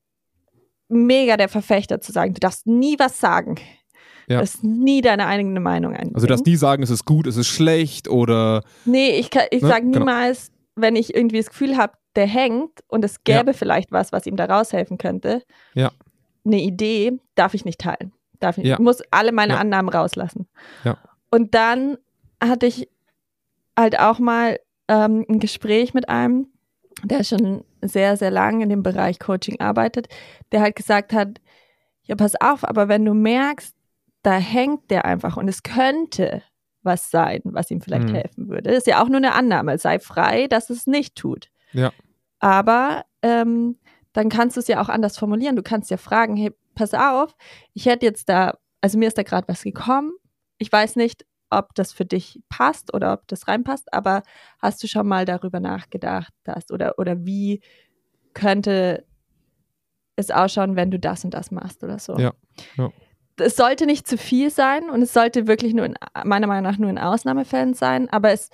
mega der Verfechter zu sagen, du darfst nie was sagen. Du darfst nie deine eigene Meinung einbringen. Also du darfst nie sagen, es ist gut, es ist schlecht oder... Nee, ich sage niemals, wenn ich irgendwie das Gefühl habe, der hängt und es gäbe vielleicht was ihm da raushelfen könnte, eine Idee, darf ich nicht teilen. Ich muss alle meine Annahmen rauslassen. Ja. Und dann hatte ich halt auch mal ein Gespräch mit einem, der schon sehr, sehr lange in dem Bereich Coaching arbeitet, der halt gesagt hat, ja, pass auf, aber wenn du merkst, da hängt der einfach und es könnte was sein, was ihm vielleicht helfen würde. Das ist ja auch nur eine Annahme. Sei frei, dass es nicht tut. Ja. Aber dann kannst du es ja auch anders formulieren. Du kannst ja fragen, hey, pass auf, ich hätte jetzt also mir ist da gerade was gekommen. Ich weiß nicht, ob das für dich passt oder ob das reinpasst, aber hast du schon mal darüber nachgedacht, oder wie könnte es ausschauen, wenn du das und das machst oder so? Ja. Es sollte nicht zu viel sein und es sollte wirklich meiner Meinung nach nur in Ausnahmefällen sein, aber es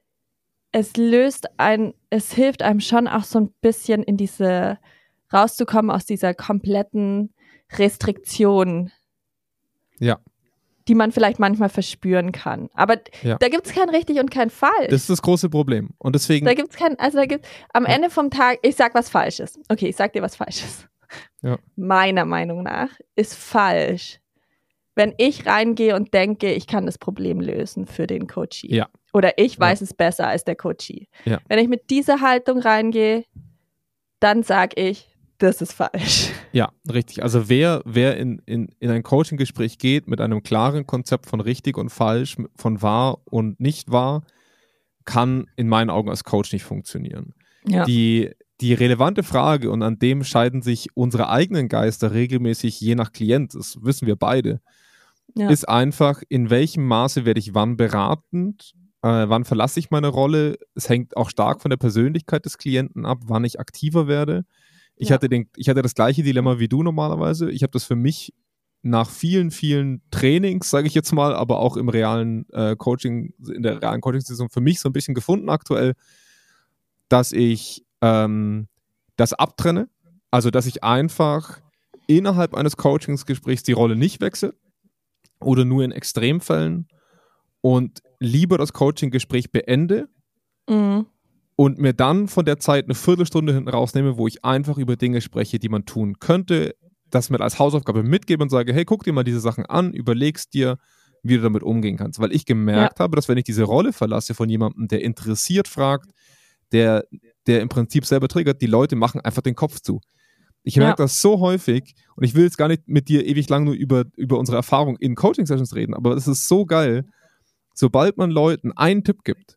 hilft einem schon auch so ein bisschen rauszukommen aus dieser kompletten Restriktion, die man vielleicht manchmal verspüren kann. Aber da gibt es kein richtig und kein falsch. Das ist das große Problem. Und deswegen... am Ende vom Tag, ich sag was Falsches. Okay, ich sag dir was Falsches. Ja. Meiner Meinung nach ist falsch, wenn ich reingehe und denke, ich kann das Problem lösen für den Coachee. Ja. Oder ich weiß es besser als der Coachee. Ja. Wenn ich mit dieser Haltung reingehe, dann sage ich, das ist falsch. Ja, richtig. Also wer in ein Coaching-Gespräch geht mit einem klaren Konzept von richtig und falsch, von wahr und nicht wahr, kann in meinen Augen als Coach nicht funktionieren. Ja. Die relevante Frage, und an dem scheiden sich unsere eigenen Geister regelmäßig je nach Klient, das wissen wir beide, ist einfach, in welchem Maße werde ich wann beratend, wann verlasse ich meine Rolle. Es hängt auch stark von der Persönlichkeit des Klienten ab, wann ich aktiver werde. Ich hatte das gleiche Dilemma wie du normalerweise. Ich habe das für mich nach vielen, vielen Trainings, sage ich jetzt mal, aber auch im realen Coaching, in der realen Coaching-Sitzung für mich so ein bisschen gefunden aktuell, dass ich das abtrenne. Also, dass ich einfach innerhalb eines Coachingsgesprächs die Rolle nicht wechsle oder nur in Extremfällen und lieber das Coaching-Gespräch beende und mir dann von der Zeit eine Viertelstunde hinten rausnehme, wo ich einfach über Dinge spreche, die man tun könnte, das mit als Hausaufgabe mitgebe und sage, hey, guck dir mal diese Sachen an, überlegst dir, wie du damit umgehen kannst. Weil ich gemerkt habe, dass wenn ich diese Rolle verlasse von jemandem, der interessiert fragt, der im Prinzip selber triggert, die Leute machen einfach den Kopf zu. Ich merke das so häufig und ich will jetzt gar nicht mit dir ewig lang nur über unsere Erfahrung in Coaching-Sessions reden, aber es ist so geil, sobald man Leuten einen Tipp gibt,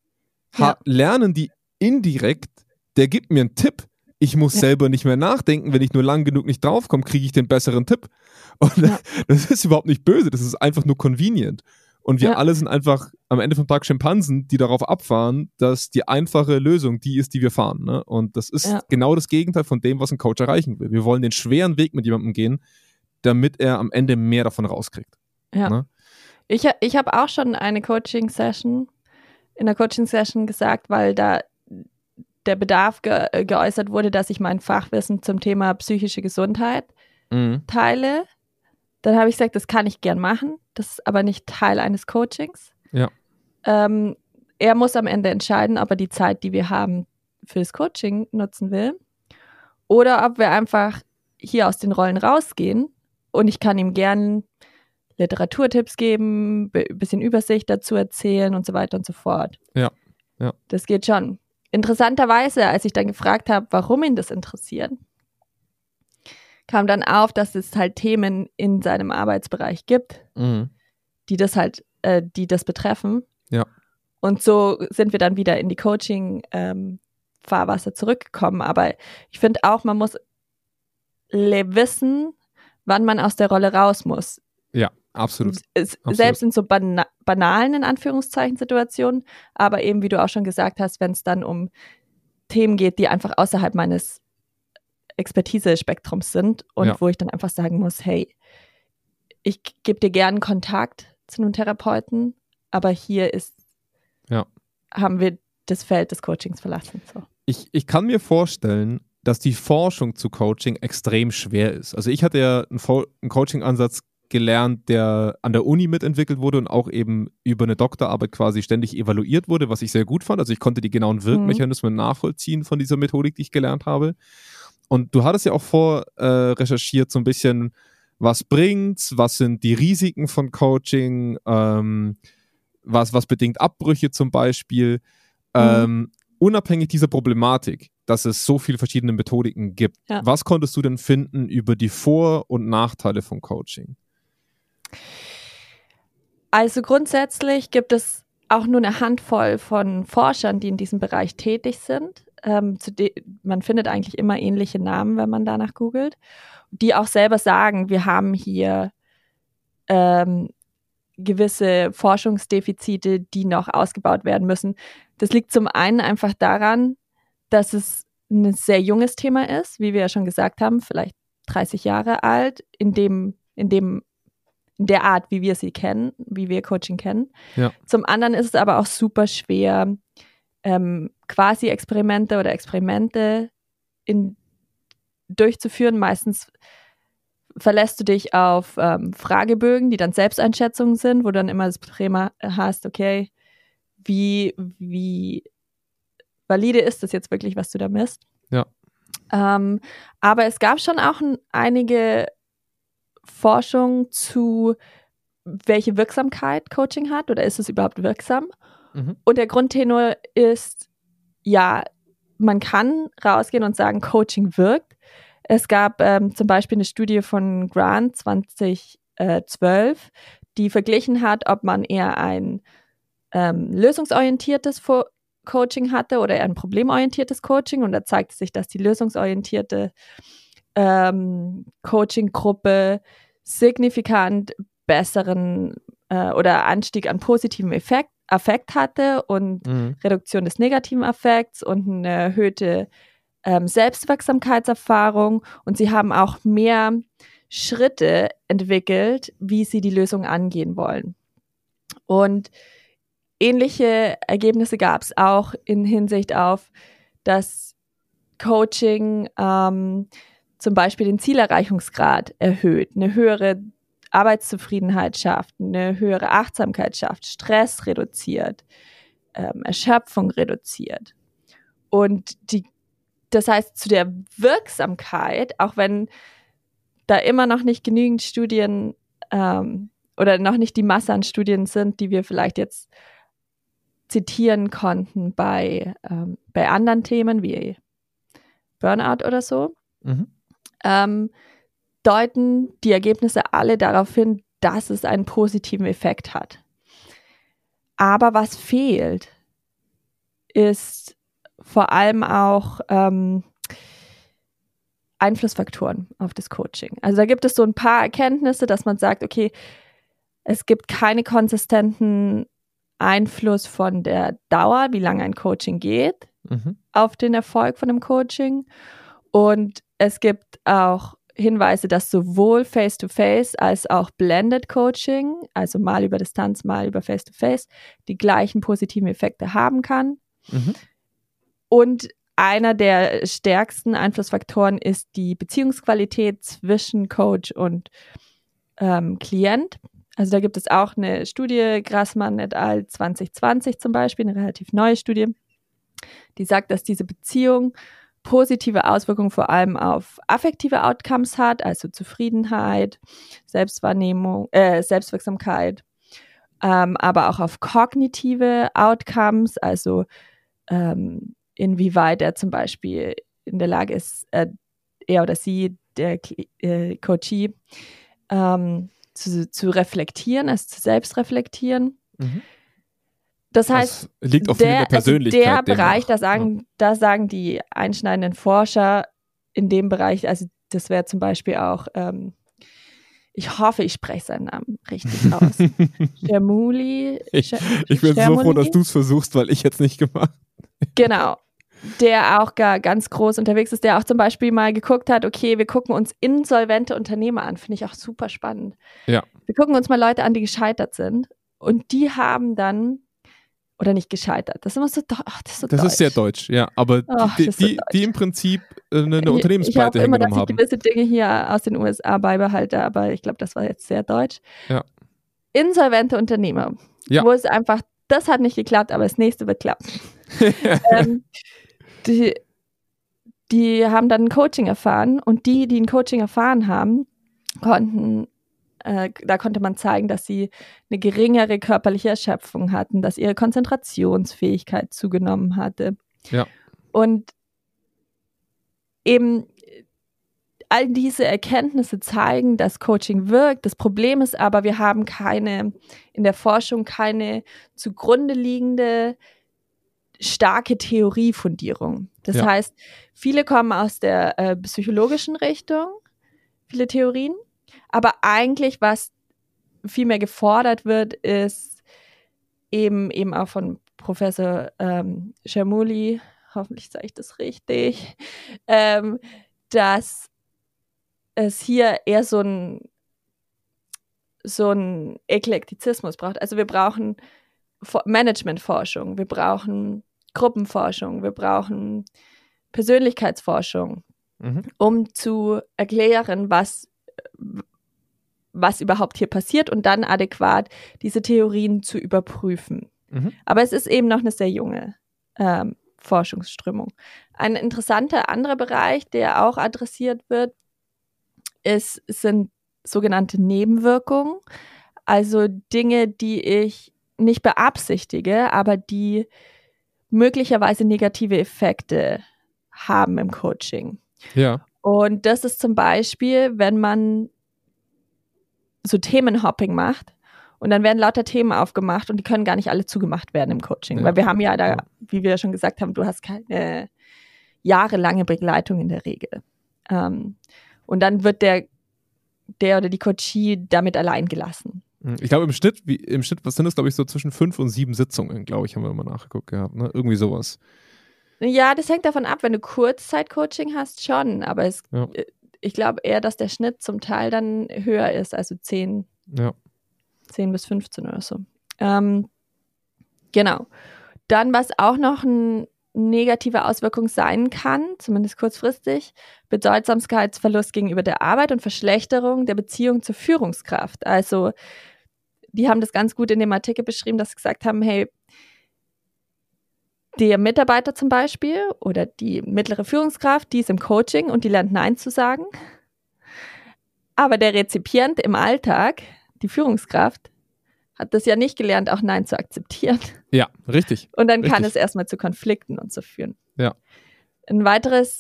lernen die indirekt, der gibt mir einen Tipp, ich muss selber nicht mehr nachdenken, wenn ich nur lang genug nicht draufkomme, kriege ich den besseren Tipp. Und das ist überhaupt nicht böse, das ist einfach nur convenient. Und wir alle sind einfach am Ende vom Tag Schimpansen, die darauf abfahren, dass die einfache Lösung die ist, die wir fahren. Ne? Und das ist genau das Gegenteil von dem, was ein Coach erreichen will. Wir wollen den schweren Weg mit jemandem gehen, damit er am Ende mehr davon rauskriegt. Ja. Ne? Ich habe auch schon in der Coaching-Session gesagt, weil da der Bedarf geäußert wurde, dass ich mein Fachwissen zum Thema psychische Gesundheit teile. Dann habe ich gesagt, das kann ich gern machen, das ist aber nicht Teil eines Coachings. Ja. Er muss am Ende entscheiden, ob er die Zeit, die wir haben, für das Coaching nutzen will oder ob wir einfach hier aus den Rollen rausgehen und ich kann ihm gern Literaturtipps geben, ein bisschen Übersicht dazu erzählen und so weiter und so fort. Ja. Das geht schon. Interessanterweise, als ich dann gefragt habe, warum ihn das interessiert, kam dann auf, dass es halt Themen in seinem Arbeitsbereich gibt, die das betreffen. Ja. Und so sind wir dann wieder in die Coaching-Fahrwasser zurückgekommen. Aber ich finde auch, man muss wissen, wann man aus der Rolle raus muss. Ja, absolut. Selbst in so banalen, in Anführungszeichen, Situationen, aber eben, wie du auch schon gesagt hast, wenn es dann um Themen geht, die einfach außerhalb meines Expertise-Spektrums sind und wo ich dann einfach sagen muss, hey, ich gebe dir gerne Kontakt zu einem Therapeuten, aber hier haben wir das Feld des Coachings verlassen. So. Ich kann mir vorstellen, dass die Forschung zu Coaching extrem schwer ist. Also ich hatte ja einen Coaching-Ansatz gelernt, der an der Uni mitentwickelt wurde und auch eben über eine Doktorarbeit quasi ständig evaluiert wurde, was ich sehr gut fand. Also ich konnte die genauen Wirkmechanismen nachvollziehen von dieser Methodik, die ich gelernt habe. Und du hattest ja auch recherchiert so ein bisschen, was bringt's, was sind die Risiken von Coaching, was bedingt Abbrüche zum Beispiel. Unabhängig dieser Problematik, dass es so viele verschiedene Methodiken gibt, was konntest du denn finden über die Vor- und Nachteile von Coaching? Also grundsätzlich gibt es auch nur eine Handvoll von Forschern, die in diesem Bereich tätig sind. Man findet eigentlich immer ähnliche Namen, wenn man danach googelt, die auch selber sagen, wir haben hier gewisse Forschungsdefizite, die noch ausgebaut werden müssen. Das liegt zum einen einfach daran, dass es ein sehr junges Thema ist, wie wir ja schon gesagt haben, vielleicht 30 Jahre alt, in der Art, wie wir sie kennen, wie wir Coaching kennen. Ja. Zum anderen ist es aber auch super schwer, quasi Experimente oder Experimente durchzuführen. Meistens verlässt du dich auf Fragebögen, die dann Selbsteinschätzungen sind, wo du dann immer das Problem hast, okay, wie valide ist das jetzt wirklich, was du da misst? Ja. Aber es gab schon auch einige Forschung zu, welche Wirksamkeit Coaching hat oder ist es überhaupt wirksam? Und der Grundtenor ist, ja, man kann rausgehen und sagen, Coaching wirkt. Es gab zum Beispiel eine Studie von Grant 2012, die verglichen hat, ob man eher ein lösungsorientiertes Coaching hatte oder eher ein problemorientiertes Coaching. Und da zeigte sich, dass die lösungsorientierte Coaching-Gruppe signifikant besseren oder Anstieg an positivem Affekt hatte und Reduktion des negativen Affekts und eine erhöhte Selbstwirksamkeitserfahrung. Und sie haben auch mehr Schritte entwickelt, wie sie die Lösung angehen wollen. Und ähnliche Ergebnisse gab es auch in Hinsicht auf, dass Coaching zum Beispiel den Zielerreichungsgrad erhöht, eine höhere Arbeitszufriedenheit schafft, eine höhere Achtsamkeit schafft, Stress reduziert, Erschöpfung reduziert. Und das heißt, zu der Wirksamkeit, auch wenn da immer noch nicht genügend Studien oder noch nicht die Masse an Studien sind, die wir vielleicht jetzt zitieren konnten bei anderen Themen wie Burnout oder so, deuten die Ergebnisse alle darauf hin, dass es einen positiven Effekt hat. Aber was fehlt, ist vor allem auch Einflussfaktoren auf das Coaching. Also da gibt es so ein paar Erkenntnisse, dass man sagt, okay, es gibt keine konsistenten Einfluss von der Dauer, wie lange ein Coaching geht, auf den Erfolg von einem Coaching. Und es gibt auch Hinweise, dass sowohl Face-to-Face als auch Blended Coaching, also mal über Distanz, mal über Face-to-Face, die gleichen positiven Effekte haben kann. Und einer der stärksten Einflussfaktoren ist die Beziehungsqualität zwischen Coach und Klient. Also da gibt es auch eine Studie, Grassmann et al. 2020 zum Beispiel, eine relativ neue Studie, die sagt, dass diese Beziehung positive Auswirkungen vor allem auf affektive Outcomes hat, also Zufriedenheit, Selbstwahrnehmung, Selbstwirksamkeit, aber auch auf kognitive Outcomes, also inwieweit er zum Beispiel in der Lage ist, er oder sie, der Coachee, zu reflektieren, also zu selbstreflektieren. Das heißt, das liegt auch viel in der Persönlichkeit. Also der Bereich, da sagen die einschneidenden Forscher in dem Bereich, also das wäre zum Beispiel auch, ich hoffe, ich spreche seinen Namen richtig aus. Chermouli. Ich bin so froh, dass du es versuchst, weil ich jetzt nicht gemacht. Genau. Der auch ganz groß unterwegs ist, der auch zum Beispiel mal geguckt hat, okay, wir gucken uns insolvente Unternehmer an, finde ich auch super spannend. Ja. Wir gucken uns mal Leute an, die gescheitert sind und die haben dann, oder nicht gescheitert, das ist immer so, das ist so das deutsch. Ist sehr deutsch, ja, aber die im Prinzip eine Unternehmenspleite hingenommen haben. Ich gewisse Dinge hier aus den USA beibehalte, aber ich glaube, das war jetzt sehr deutsch. Ja. Insolvente Unternehmer, wo es einfach, das hat nicht geklappt, aber das nächste wird klappen. Die haben dann ein Coaching erfahren und die ein Coaching erfahren haben, da konnte man zeigen, dass sie eine geringere körperliche Erschöpfung hatten, dass ihre Konzentrationsfähigkeit zugenommen hatte. Ja. Und eben all diese Erkenntnisse zeigen, dass Coaching wirkt. Das Problem ist aber, wir haben in der Forschung keine zugrunde liegende starke Theoriefundierung. Das heißt, viele kommen aus der psychologischen Richtung, viele Theorien, aber eigentlich, was viel mehr gefordert wird, ist eben auch von Professor Chermouli, hoffentlich sage ich das richtig, dass es hier eher so ein Eklektizismus braucht. Also wir brauchen Managementforschung, wir brauchen Gruppenforschung, wir brauchen Persönlichkeitsforschung, um zu erklären, was überhaupt hier passiert und dann adäquat diese Theorien zu überprüfen. Aber es ist eben noch eine sehr junge Forschungsströmung. Ein interessanter anderer Bereich, der auch adressiert wird, sind sogenannte Nebenwirkungen, also Dinge, die ich nicht beabsichtige, aber die möglicherweise negative Effekte haben im Coaching. Ja. Und das ist zum Beispiel, wenn man so Themenhopping macht und dann werden lauter Themen aufgemacht und die können gar nicht alle zugemacht werden im Coaching, weil wir haben ja da, wie wir schon gesagt haben, du hast keine jahrelange Begleitung in der Regel. Und dann wird der oder die Coachee damit allein gelassen. Ich glaube, im Schnitt, was sind das, glaube ich, so zwischen 5 und 7 Sitzungen, glaube ich, haben wir mal nachgeguckt gehabt, ne? Irgendwie sowas. Ja, das hängt davon ab, wenn du Kurzzeit-Coaching hast, schon, aber ich glaube eher, dass der Schnitt zum Teil dann höher ist, also 10 bis 15 oder so. Genau. Dann, was auch noch eine negative Auswirkung sein kann, zumindest kurzfristig, Bedeutsamkeitsverlust gegenüber der Arbeit und Verschlechterung der Beziehung zur Führungskraft. Also die haben das ganz gut in dem Artikel beschrieben, dass sie gesagt haben, hey, der Mitarbeiter zum Beispiel oder die mittlere Führungskraft, die ist im Coaching und die lernt Nein zu sagen. Aber der Rezipient im Alltag, die Führungskraft, hat das ja nicht gelernt, auch Nein zu akzeptieren. Ja, richtig. Und dann kann richtig. es erstmal zu Konflikten und so führen. Ja. Ein weiteres,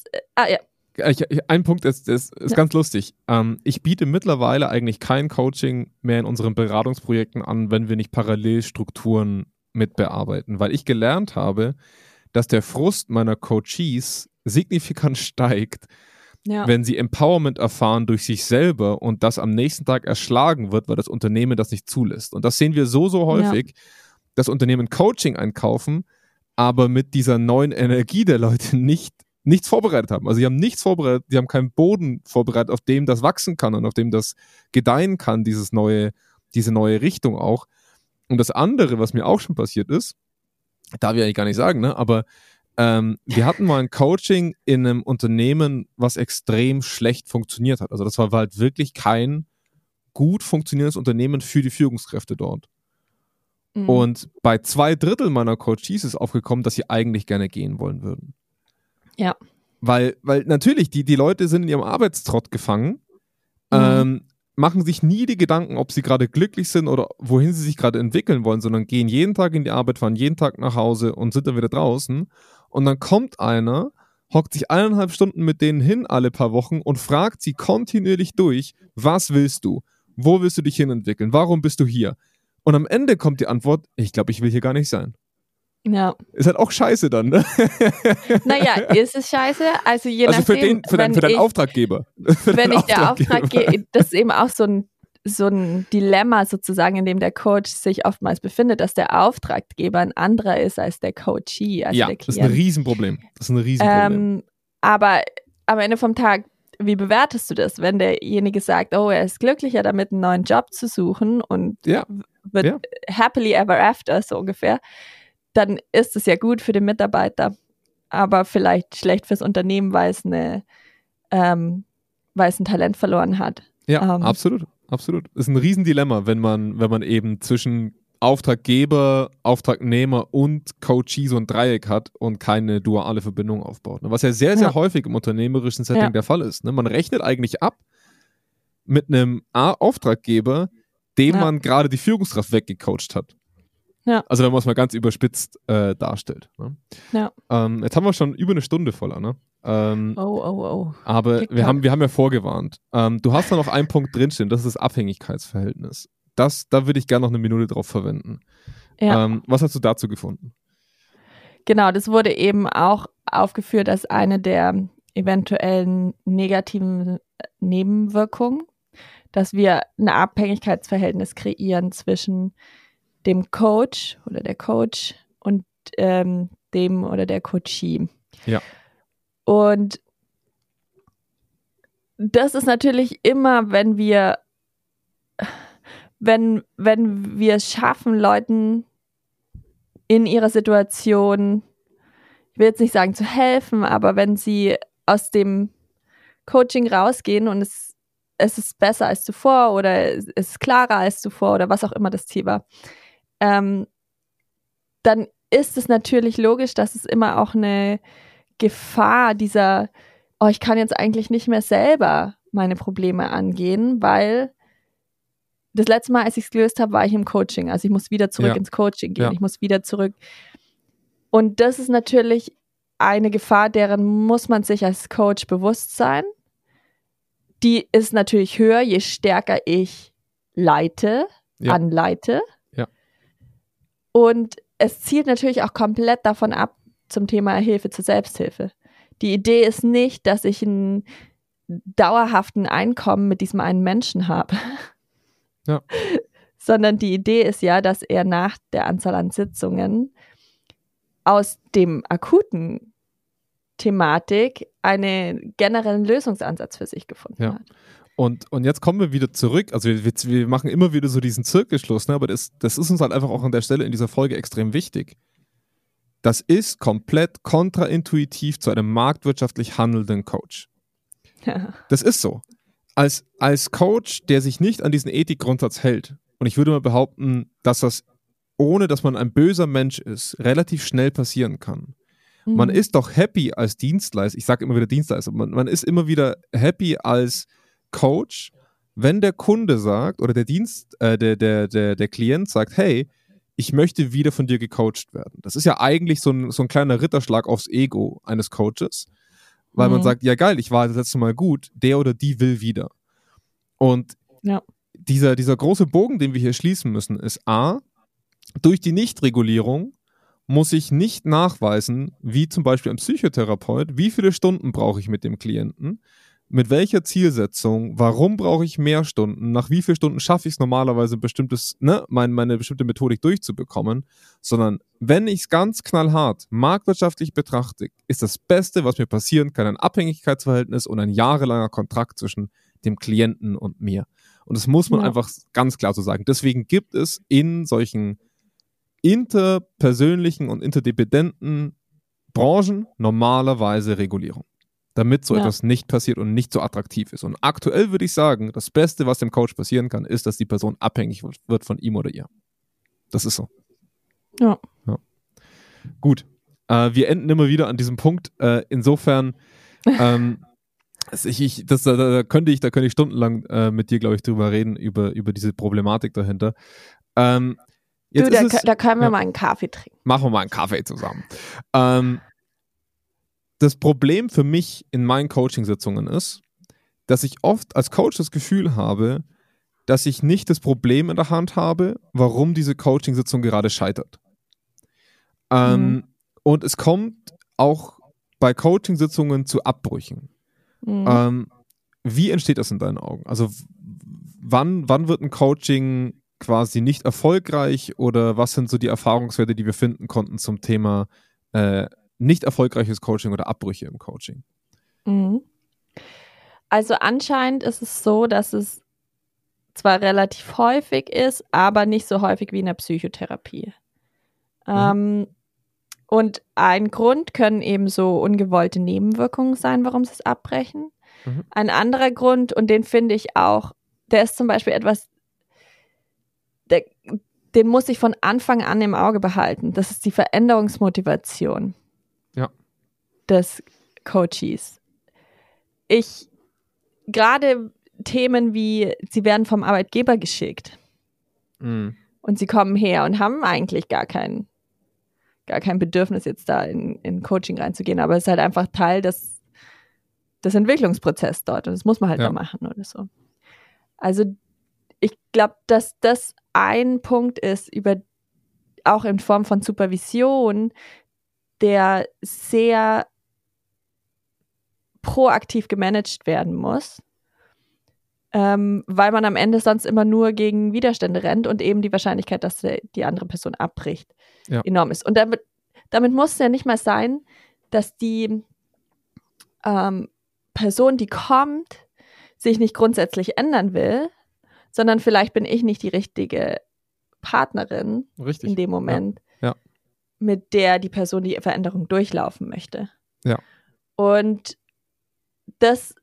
Ein Punkt ist ganz lustig. Ich biete mittlerweile eigentlich kein Coaching mehr in unseren Beratungsprojekten an, wenn wir nicht Parallelstrukturen mit bearbeiten, weil ich gelernt habe, dass der Frust meiner Coachees signifikant steigt, wenn sie Empowerment erfahren durch sich selber und das am nächsten Tag erschlagen wird, weil das Unternehmen das nicht zulässt. Und das sehen wir so häufig, dass Unternehmen Coaching einkaufen, aber mit dieser neuen Energie der Leute nichts vorbereitet haben. Also sie haben nichts vorbereitet, die haben keinen Boden vorbereitet, auf dem das wachsen kann und auf dem das gedeihen kann, diese neue Richtung auch. Und das andere, was mir auch schon passiert ist, darf ich eigentlich gar nicht sagen, ne? Aber wir hatten mal ein Coaching in einem Unternehmen, was extrem schlecht funktioniert hat. Also das war halt wirklich kein gut funktionierendes Unternehmen für die Führungskräfte dort. Mhm. Und bei 2/3 meiner Coaches ist aufgekommen, dass sie eigentlich gerne gehen wollen würden. Ja. Weil natürlich, die Leute sind in ihrem Arbeitstrott gefangen, machen sich nie die Gedanken, ob sie gerade glücklich sind oder wohin sie sich gerade entwickeln wollen, sondern gehen jeden Tag in die Arbeit, fahren jeden Tag nach Hause und sind dann wieder draußen. Und dann kommt einer, hockt sich 1,5 Stunden mit denen hin alle paar Wochen und fragt sie kontinuierlich durch, was willst du? Wo willst du dich hinentwickeln? Warum bist du hier? Und am Ende kommt die Antwort, ich glaube, ich will hier gar nicht sein. Ja. Ist halt auch scheiße dann, ne? Naja, ist es scheiße? Also je nachdem, für deinen Auftraggeber. Wenn ich der Auftraggeber, das ist eben auch so ein Dilemma sozusagen, in dem der Coach sich oftmals befindet, dass der Auftraggeber ein anderer ist als der Coachee, als der Klient. Das ist ein Riesenproblem. Aber am Ende vom Tag, wie bewertest du das, wenn derjenige sagt, oh, er ist glücklicher damit, einen neuen Job zu suchen und wird happily ever after, so ungefähr, dann ist es ja gut für den Mitarbeiter, aber vielleicht schlecht fürs Unternehmen, weil es ein Talent verloren hat. Ja, absolut. Absolut. Das ist ein Riesendilemma, wenn man eben zwischen Auftraggeber, Auftragnehmer und Coachee so ein Dreieck hat und keine duale Verbindung aufbaut. Was ja sehr, sehr häufig im unternehmerischen Setting der Fall ist. Man rechnet eigentlich ab mit einem Auftraggeber, dem man gerade die Führungskraft weggecoacht hat. Ja. Also wenn man es mal ganz überspitzt darstellt. Ne? Ja. Jetzt haben wir schon über eine Stunde voll, Anna. Aber wir haben ja vorgewarnt. Du hast da noch einen Punkt drinstehen, das ist das Abhängigkeitsverhältnis. Da würde ich gerne noch eine Minute drauf verwenden. Ja. Was hast du dazu gefunden? Genau, das wurde eben auch aufgeführt als eine der eventuellen negativen Nebenwirkungen, dass wir ein Abhängigkeitsverhältnis kreieren zwischen dem Coach oder der Coach und dem oder der Coachee. Ja. Und das ist natürlich immer, wenn wir es schaffen, Leuten in ihrer Situation, ich will jetzt nicht sagen zu helfen, aber wenn sie aus dem Coaching rausgehen und es ist besser als zuvor oder es ist klarer als zuvor oder was auch immer das Ziel war, dann ist es natürlich logisch, dass es immer auch eine Gefahr dieser, ich kann jetzt eigentlich nicht mehr selber meine Probleme angehen, weil das letzte Mal, als ich es gelöst habe, war ich im Coaching. Also ich muss wieder zurück ins Coaching gehen. Ich muss wieder zurück. Und das ist natürlich eine Gefahr, deren muss man sich als Coach bewusst sein. Die ist natürlich höher, je stärker ich anleite. Ja. Und es zielt natürlich auch komplett davon ab, zum Thema Hilfe zur Selbsthilfe. Die Idee ist nicht, dass ich ein dauerhaften Einkommen mit diesem einen Menschen habe. Ja. Sondern die Idee ist ja, dass er nach der Anzahl an Sitzungen aus dem akuten Thematik einen generellen Lösungsansatz für sich gefunden hat. Und jetzt kommen wir wieder zurück, also wir machen immer wieder so diesen Zirkelschluss, ne? Aber das ist uns halt einfach auch an der Stelle in dieser Folge extrem wichtig. Das ist komplett kontraintuitiv zu einem marktwirtschaftlich handelnden Coach. Ja. Das ist so. Als Coach, der sich nicht an diesen Ethikgrundsatz hält, und ich würde mal behaupten, dass das, ohne dass man ein böser Mensch ist, relativ schnell passieren kann. Mhm. Man ist doch happy als Dienstleister, ich sage immer wieder Dienstleister, man ist immer wieder happy als Coach, wenn der Kunde sagt oder der Klient sagt, hey, ich möchte wieder von dir gecoacht werden. Das ist ja eigentlich so ein kleiner Ritterschlag aufs Ego eines Coaches, weil man sagt, ja geil, ich war das letzte Mal gut, der oder die will wieder. Und dieser große Bogen, den wir hier schließen müssen, ist A, durch die Nichtregulierung muss ich nicht nachweisen, wie zum Beispiel ein Psychotherapeut, wie viele Stunden brauche ich mit dem Klienten, mit welcher Zielsetzung, warum brauche ich mehr Stunden, nach wie vielen Stunden schaffe ich es normalerweise, meine bestimmte Methodik durchzubekommen, sondern wenn ich es ganz knallhart marktwirtschaftlich betrachte, ist das Beste, was mir passieren kann, ein Abhängigkeitsverhältnis und ein jahrelanger Kontrakt zwischen dem Klienten und mir. Und das muss man einfach ganz klar so sagen. Deswegen gibt es in solchen interpersönlichen und interdependenten Branchen normalerweise Regulierung, damit so etwas nicht passiert und nicht so attraktiv ist. Und aktuell würde ich sagen, das Beste, was dem Coach passieren kann, ist, dass die Person abhängig wird von ihm oder ihr. Das ist so. Ja. Gut. Wir enden immer wieder an diesem Punkt. Insofern da könnte ich stundenlang mit dir, glaube ich, drüber reden, über diese Problematik dahinter. Da können wir mal einen Kaffee trinken. Machen wir mal einen Kaffee zusammen. Das Problem für mich in meinen Coaching-Sitzungen ist, dass ich oft als Coach das Gefühl habe, dass ich nicht das Problem in der Hand habe, warum diese Coaching-Sitzung gerade scheitert. Und es kommt auch bei Coaching-Sitzungen zu Abbrüchen. Wie entsteht das in deinen Augen? Also wann wird ein Coaching quasi nicht erfolgreich oder was sind so die Erfahrungswerte, die wir finden konnten zum Thema nicht erfolgreiches Coaching oder Abbrüche im Coaching? Also anscheinend ist es so, dass es zwar relativ häufig ist, aber nicht so häufig wie in der Psychotherapie. Und ein Grund können eben so ungewollte Nebenwirkungen sein, warum sie es abbrechen. Ein anderer Grund, und den finde ich auch, der ist zum Beispiel etwas, den muss ich von Anfang an im Auge behalten. Das ist die Veränderungsmotivation des Coaches. Gerade Themen wie, sie werden vom Arbeitgeber geschickt und sie kommen her und haben eigentlich gar kein Bedürfnis, jetzt da in Coaching reinzugehen, aber es ist halt einfach Teil des Entwicklungsprozesses dort und das muss man halt da machen oder so. Also ich glaube, dass das ein Punkt ist, auch in Form von Supervision, der sehr proaktiv gemanagt werden muss, weil man am Ende sonst immer nur gegen Widerstände rennt und eben die Wahrscheinlichkeit, dass die andere Person abbricht, enorm ist. Und damit muss es ja nicht mal sein, dass die Person, die kommt, sich nicht grundsätzlich ändern will, sondern vielleicht bin ich nicht die richtige Partnerin in dem Moment, mit der die Person die Veränderung durchlaufen möchte. Ja. Und das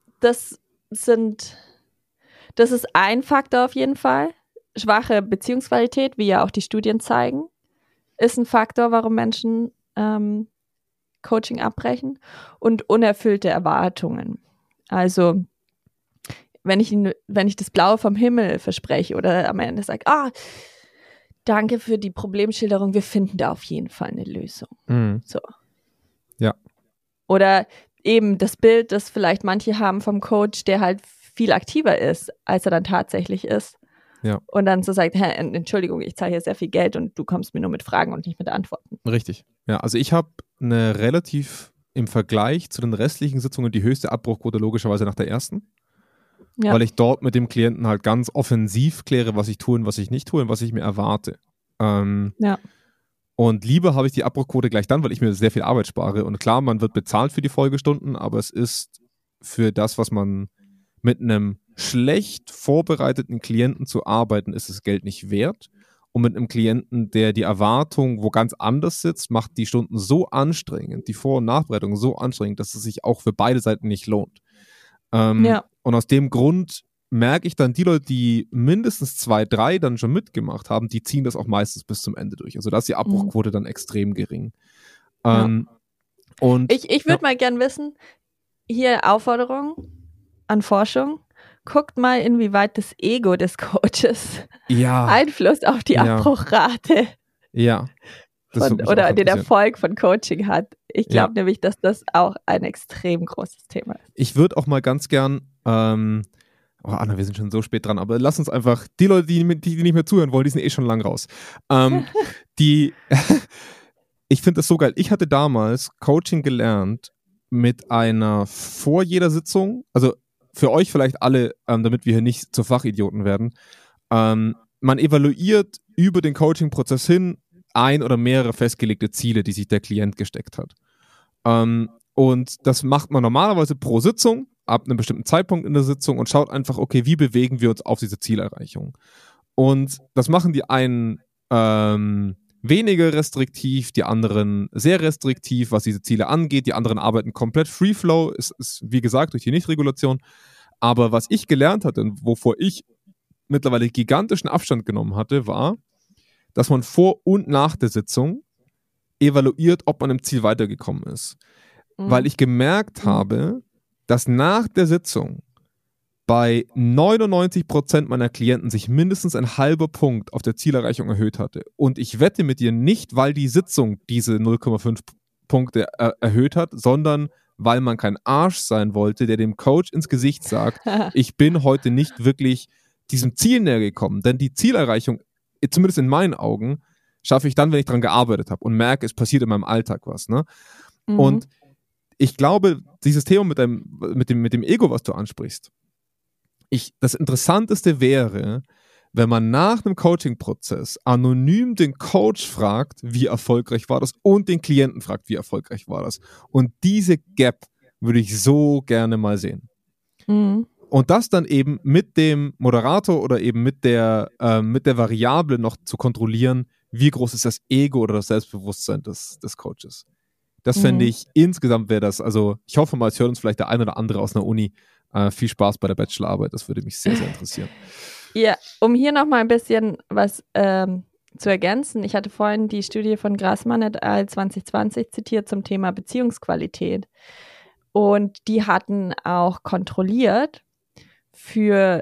ist ein Faktor auf jeden Fall. Schwache Beziehungsqualität, wie ja auch die Studien zeigen, ist ein Faktor, warum Menschen Coaching abbrechen, und unerfüllte Erwartungen. Also wenn ich das Blaue vom Himmel verspreche oder am Ende sage, danke für die Problemschilderung, wir finden da auf jeden Fall eine Lösung. So. Ja. Oder eben das Bild, das vielleicht manche haben vom Coach, der halt viel aktiver ist, als er dann tatsächlich ist. Ja. Und dann so sagt, Entschuldigung, ich zahle hier sehr viel Geld und du kommst mir nur mit Fragen und nicht mit Antworten. Richtig. Ja, also ich habe eine relativ im Vergleich zu den restlichen Sitzungen die höchste Abbruchquote logischerweise nach der ersten. Ja. Weil ich dort mit dem Klienten halt ganz offensiv kläre, was ich tue und was ich nicht tue und was ich mir erwarte. Und lieber habe ich die Abbruchquote gleich dann, weil ich mir sehr viel Arbeit spare. Und klar, man wird bezahlt für die Folgestunden, aber es ist für das, was man mit einem schlecht vorbereiteten Klienten zu arbeiten, ist das Geld nicht wert. Und mit einem Klienten, der die Erwartung wo ganz anders sitzt, macht die Stunden so anstrengend, die Vor- und Nachbereitung so anstrengend, dass es sich auch für beide Seiten nicht lohnt. Und aus dem Grund merke ich dann, die Leute, die mindestens 2, 3 dann schon mitgemacht haben, die ziehen das auch meistens bis zum Ende durch. Also da ist die Abbruchquote dann extrem gering. Und ich würde mal gern wissen, hier Aufforderung an Forschung, guckt mal, inwieweit das Ego des Coaches Einfluss auf die Abbruchrate oder den Erfolg von Coaching hat. Ich glaube nämlich, dass das auch ein extrem großes Thema ist. Ich würde auch mal ganz gern, Anna, wir sind schon so spät dran, aber lass uns einfach, die Leute, die nicht mehr zuhören wollen, die sind eh schon lang raus. Ich finde das so geil. Ich hatte damals Coaching gelernt mit einer vor jeder Sitzung, also für euch vielleicht alle, damit wir hier nicht zu Fachidioten werden, man evaluiert über den Coaching-Prozess hin ein oder mehrere festgelegte Ziele, die sich der Klient gesteckt hat. Und das macht man normalerweise pro Sitzung, ab einem bestimmten Zeitpunkt in der Sitzung und schaut einfach, okay, wie bewegen wir uns auf diese Zielerreichung? Und das machen die einen weniger restriktiv, die anderen sehr restriktiv, was diese Ziele angeht. Die anderen arbeiten komplett Free Flow, ist wie gesagt durch die Nichtregulation. Aber was ich gelernt hatte und wovor ich mittlerweile gigantischen Abstand genommen hatte, war, dass man vor und nach der Sitzung evaluiert, ob man im Ziel weitergekommen ist. Weil ich gemerkt habe, dass nach der Sitzung bei 99% meiner Klienten sich mindestens ein halber Punkt auf der Zielerreichung erhöht hatte. Und ich wette mit dir nicht, weil die Sitzung diese 0,5 Punkte erhöht hat, sondern weil man kein Arsch sein wollte, der dem Coach ins Gesicht sagt, ich bin heute nicht wirklich diesem Ziel näher gekommen. Denn die Zielerreichung, zumindest in meinen Augen, schaffe ich dann, wenn ich daran gearbeitet habe und merke, es passiert in meinem Alltag was. Ne? Und ich glaube, dieses Thema mit dem Ego, was du ansprichst, das Interessanteste wäre, wenn man nach einem Coaching-Prozess anonym den Coach fragt, wie erfolgreich war das, und den Klienten fragt, wie erfolgreich war das. Und diese Gap würde ich so gerne mal sehen. Und das dann eben mit dem Moderator oder eben mit der Variable noch zu kontrollieren, wie groß ist das Ego oder das Selbstbewusstsein des Coaches. Das fände ich, insgesamt wäre das, also ich hoffe mal, es hört uns vielleicht der ein oder andere aus einer Uni. Viel Spaß bei der Bachelorarbeit, das würde mich sehr, sehr interessieren. Ja, um hier nochmal ein bisschen was zu ergänzen. Ich hatte vorhin die Studie von Grassmann et al. 2020 zitiert zum Thema Beziehungsqualität. Und die hatten auch kontrolliert für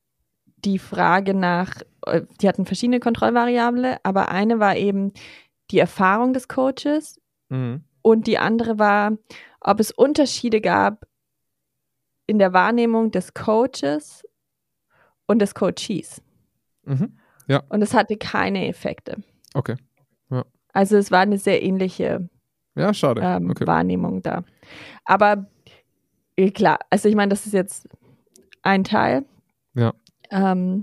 die Frage die hatten verschiedene Kontrollvariablen, aber eine war eben die Erfahrung des Coaches und die andere war, ob es Unterschiede gab in der Wahrnehmung des Coaches und des Coachees. Ja. Und es hatte keine Effekte. Okay. Ja. Also es war eine sehr ähnliche Wahrnehmung da. Aber klar, also ich meine, das ist jetzt ein Teil. Ja. Aber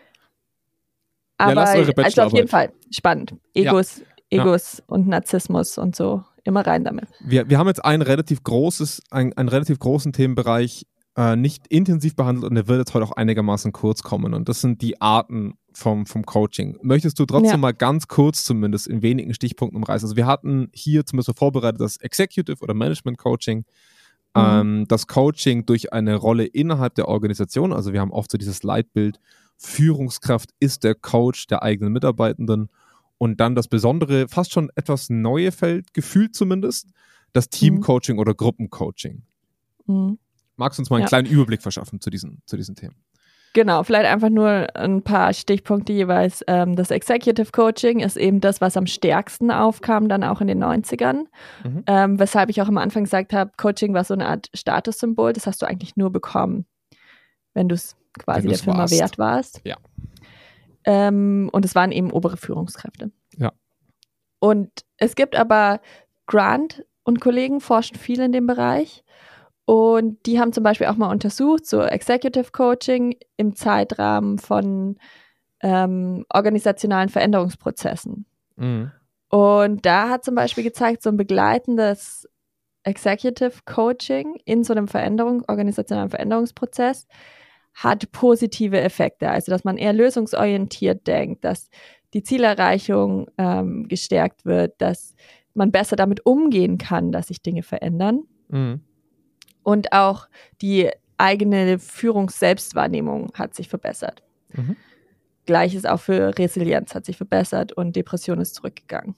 lasst eure Bachelorarbeit. Also auf jeden Fall spannend. Egos und Narzissmus und so. Immer rein damit. Wir haben jetzt einen relativ großen Themenbereich nicht intensiv behandelt und der wird jetzt heute auch einigermaßen kurz kommen und das sind die Arten vom Coaching. Möchtest du trotzdem mal ganz kurz zumindest in wenigen Stichpunkten umreißen? Also wir hatten hier zumindest vorbereitet das Executive oder Management Coaching, das Coaching durch eine Rolle innerhalb der Organisation, also wir haben oft so dieses Leitbild, Führungskraft ist der Coach der eigenen Mitarbeitenden. Und dann das besondere, fast schon etwas neue Feld, gefühlt zumindest, das Teamcoaching oder Gruppencoaching. Magst du uns mal einen kleinen Überblick verschaffen zu diesen Themen? Genau, vielleicht einfach nur ein paar Stichpunkte jeweils. Das Executive Coaching ist eben das, was am stärksten aufkam, dann auch in den 90ern. Weshalb ich auch am Anfang gesagt habe, Coaching war so eine Art Statussymbol. Das hast du eigentlich nur bekommen, wenn du es quasi der Firma wert warst. Ja. Und es waren eben obere Führungskräfte. Ja. Und es gibt aber Grant und Kollegen forschen viel in dem Bereich. Und die haben zum Beispiel auch mal untersucht, so Executive Coaching im Zeitrahmen von organisationalen Veränderungsprozessen. Und da hat zum Beispiel gezeigt, so ein begleitendes Executive Coaching in so einem organisationalen Veränderungsprozess hat positive Effekte, also dass man eher lösungsorientiert denkt, dass die Zielerreichung gestärkt wird, dass man besser damit umgehen kann, dass sich Dinge verändern. Und auch die eigene Führungs-Selbstwahrnehmung hat sich verbessert. Gleiches auch für Resilienz hat sich verbessert und Depression ist zurückgegangen.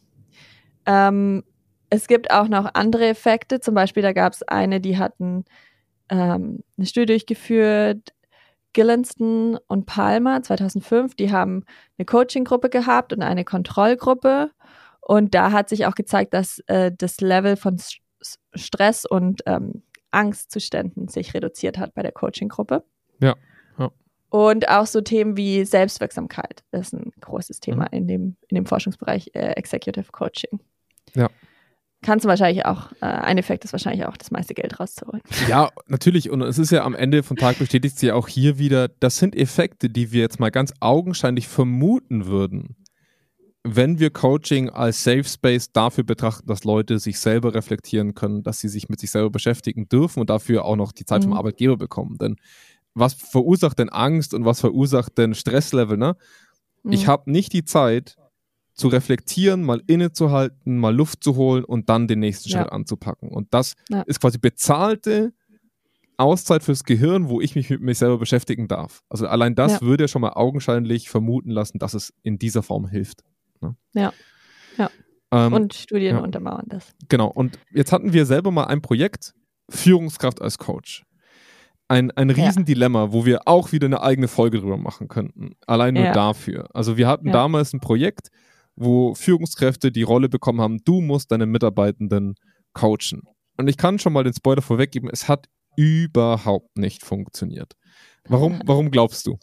Es gibt auch noch andere Effekte, zum Beispiel da gab es eine, die hatten eine Studie durchgeführt, Gillinston und Palmer 2005, die haben eine Coaching-Gruppe gehabt und eine Kontrollgruppe. Und da hat sich auch gezeigt, dass das Level von Stress und Angstzuständen sich reduziert hat bei der Coaching-Gruppe. Ja. Und auch so Themen wie Selbstwirksamkeit ist ein großes Thema in dem Forschungsbereich Executive Coaching. Ja. Kannst du wahrscheinlich auch, ein Effekt ist wahrscheinlich auch, das meiste Geld rauszuholen. Ja, natürlich. Und es ist ja am Ende vom Tag bestätigt sich ja auch hier wieder, das sind Effekte, die wir jetzt mal ganz augenscheinlich vermuten würden, wenn wir Coaching als Safe Space dafür betrachten, dass Leute sich selber reflektieren können, dass sie sich mit sich selber beschäftigen dürfen und dafür auch noch die Zeit vom Arbeitgeber bekommen. Denn was verursacht denn Angst und was verursacht denn Stresslevel, ne? Ich habe nicht die Zeit zu reflektieren, mal innezuhalten, mal Luft zu holen und dann den nächsten Schritt anzupacken. Und das ist quasi bezahlte Auszeit fürs Gehirn, wo ich mich mit mir selber beschäftigen darf. Also allein das würde ja schon mal augenscheinlich vermuten lassen, dass es in dieser Form hilft. Ne? Ja. Und Studien untermauern das. Genau. Und jetzt hatten wir selber mal ein Projekt, Führungskraft als Coach. Ein Riesendilemma, wo wir auch wieder eine eigene Folge drüber machen könnten. Allein nur dafür. Also wir hatten damals ein Projekt, wo Führungskräfte die Rolle bekommen haben, du musst deine Mitarbeitenden coachen. Und ich kann schon mal den Spoiler vorweggeben, es hat überhaupt nicht funktioniert. Warum glaubst du?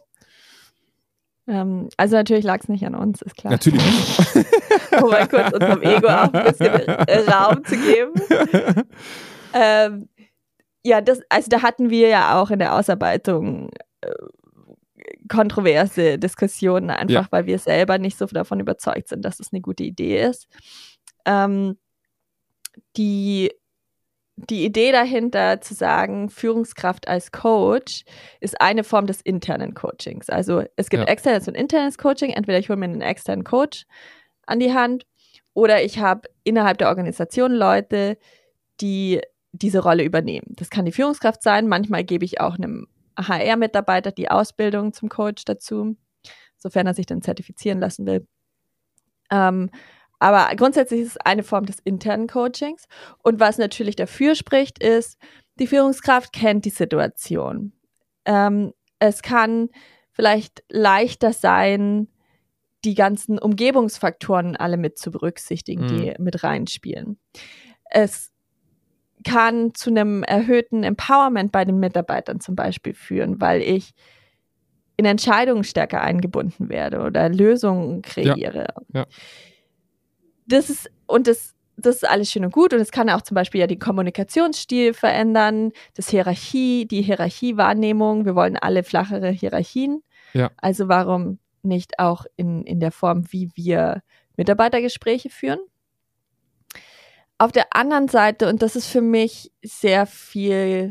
Also natürlich lag es nicht an uns, ist klar. Natürlich nicht. Um mal kurz unserem Ego auch ein bisschen Raum zu geben. Da hatten wir ja auch in der Ausarbeitung kontroverse Diskussionen, einfach weil wir selber nicht so davon überzeugt sind, dass es eine gute Idee ist. Die Idee dahinter zu sagen, Führungskraft als Coach ist eine Form des internen Coachings. Also es gibt externes und internes Coaching. Entweder ich hole mir einen externen Coach an die Hand oder ich habe innerhalb der Organisation Leute, die diese Rolle übernehmen. Das kann die Führungskraft sein. Manchmal gebe ich auch einem HR-Mitarbeiter die Ausbildung zum Coach dazu, sofern er sich dann zertifizieren lassen will. Aber grundsätzlich ist es eine Form des internen Coachings. Und was natürlich dafür spricht, ist, die Führungskraft kennt die Situation. Es kann vielleicht leichter sein, die ganzen Umgebungsfaktoren alle mit zu berücksichtigen, die mit reinspielen. Es kann zu einem erhöhten Empowerment bei den Mitarbeitern zum Beispiel führen, weil ich in Entscheidungen stärker eingebunden werde oder Lösungen kreiere. Ja. Das ist alles schön und gut und es kann auch zum Beispiel ja den Kommunikationsstil verändern, die Hierarchiewahrnehmung. Wir wollen alle flachere Hierarchien. Ja. Also warum nicht auch in der Form, wie wir Mitarbeitergespräche führen? Auf der anderen Seite, und das ist für mich sehr viel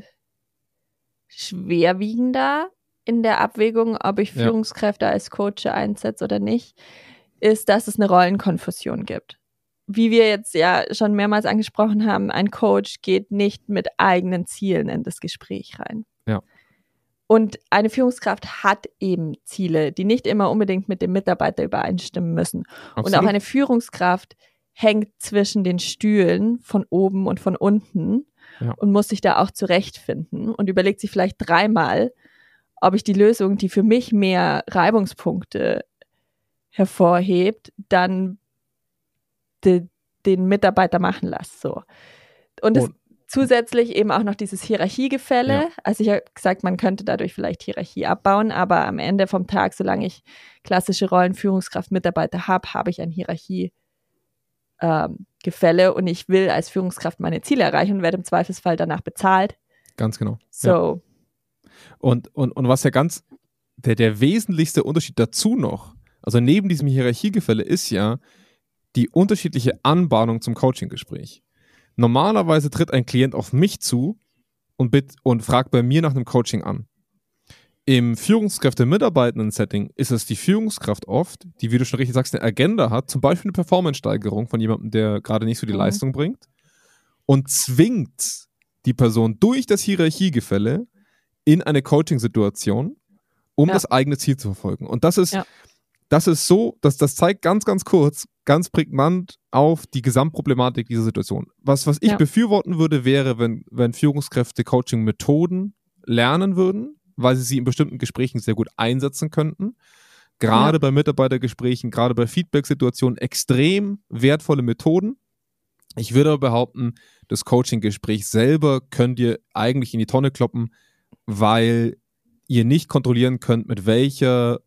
schwerwiegender in der Abwägung, ob ich Führungskräfte als Coach einsetze oder nicht, ist, dass es eine Rollenkonfusion gibt. Wie wir jetzt ja schon mehrmals angesprochen haben, ein Coach geht nicht mit eigenen Zielen in das Gespräch rein. Ja. Und eine Führungskraft hat eben Ziele, die nicht immer unbedingt mit dem Mitarbeiter übereinstimmen müssen. Absolut. Und auch eine Führungskraft hängt zwischen den Stühlen von oben und von unten und muss sich da auch zurechtfinden und überlegt sich vielleicht 3-mal, ob ich die Lösung, die für mich mehr Reibungspunkte hervorhebt, dann den Mitarbeiter machen lasse. So. Und es zusätzlich eben auch noch dieses Hierarchiegefälle. Ja. Also ich habe gesagt, man könnte dadurch vielleicht Hierarchie abbauen, aber am Ende vom Tag, solange ich klassische Rollen Führungskraft, Mitarbeiter habe ich ein Hierarchiegefälle und ich will als Führungskraft meine Ziele erreichen und werde im Zweifelsfall danach bezahlt. Ganz genau. So. Ja. Und was ja ganz der wesentlichste Unterschied dazu noch, also neben diesem Hierarchiegefälle ist ja die unterschiedliche Anbahnung zum Coaching-Gespräch. Normalerweise tritt ein Klient auf mich zu und fragt bei mir nach einem Coaching an. Im Führungskräfte-Mitarbeitenden-Setting ist es die Führungskraft oft, die, wie du schon richtig sagst, eine Agenda hat, zum Beispiel eine Performance-Steigerung von jemandem, der gerade nicht so die Leistung bringt und zwingt die Person durch das Hierarchiegefälle in eine Coaching-Situation, um das eigene Ziel zu verfolgen. Und das ist so, das zeigt ganz, ganz kurz, ganz prägnant auf die Gesamtproblematik dieser Situation. Was ich befürworten würde, wäre, wenn Führungskräfte Coaching-Methoden lernen würden, weil sie in bestimmten Gesprächen sehr gut einsetzen könnten. Gerade bei Mitarbeitergesprächen, gerade bei Feedback-Situationen extrem wertvolle Methoden. Ich würde aber behaupten, das Coaching-Gespräch selber könnt ihr eigentlich in die Tonne kloppen, weil ihr nicht kontrollieren könnt, mit welcher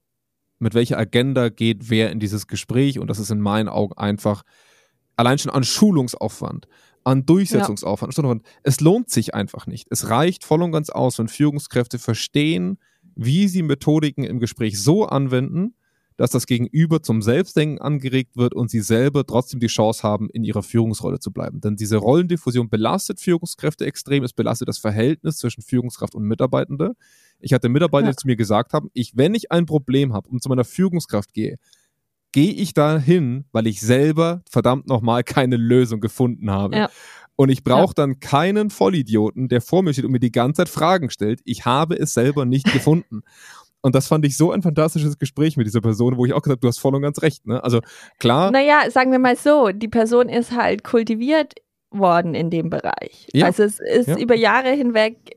Agenda geht wer in dieses Gespräch, und das ist in meinen Augen einfach allein schon an Schulungsaufwand, an Durchsetzungsaufwand. Es lohnt sich einfach nicht. Es reicht voll und ganz aus, wenn Führungskräfte verstehen, wie sie Methodiken im Gespräch so anwenden, dass das Gegenüber zum Selbstdenken angeregt wird und sie selber trotzdem die Chance haben, in ihrer Führungsrolle zu bleiben. Denn diese Rollendiffusion belastet Führungskräfte extrem, es belastet das Verhältnis zwischen Führungskraft und Mitarbeitende. Ich hatte Mitarbeiter, die zu mir gesagt haben, wenn ich ein Problem habe und zu meiner Führungskraft gehe ich dahin, weil ich selber verdammt nochmal keine Lösung gefunden habe. Ja. Und ich brauche dann keinen Vollidioten, der vor mir steht und mir die ganze Zeit Fragen stellt. Ich habe es selber nicht gefunden. Und das fand ich so ein fantastisches Gespräch mit dieser Person, wo ich auch gesagt habe, du hast voll und ganz recht. Ne? Also klar. Naja, sagen wir mal so, die Person ist halt kultiviert worden in dem Bereich. Ja. Also es ist über Jahre hinweg,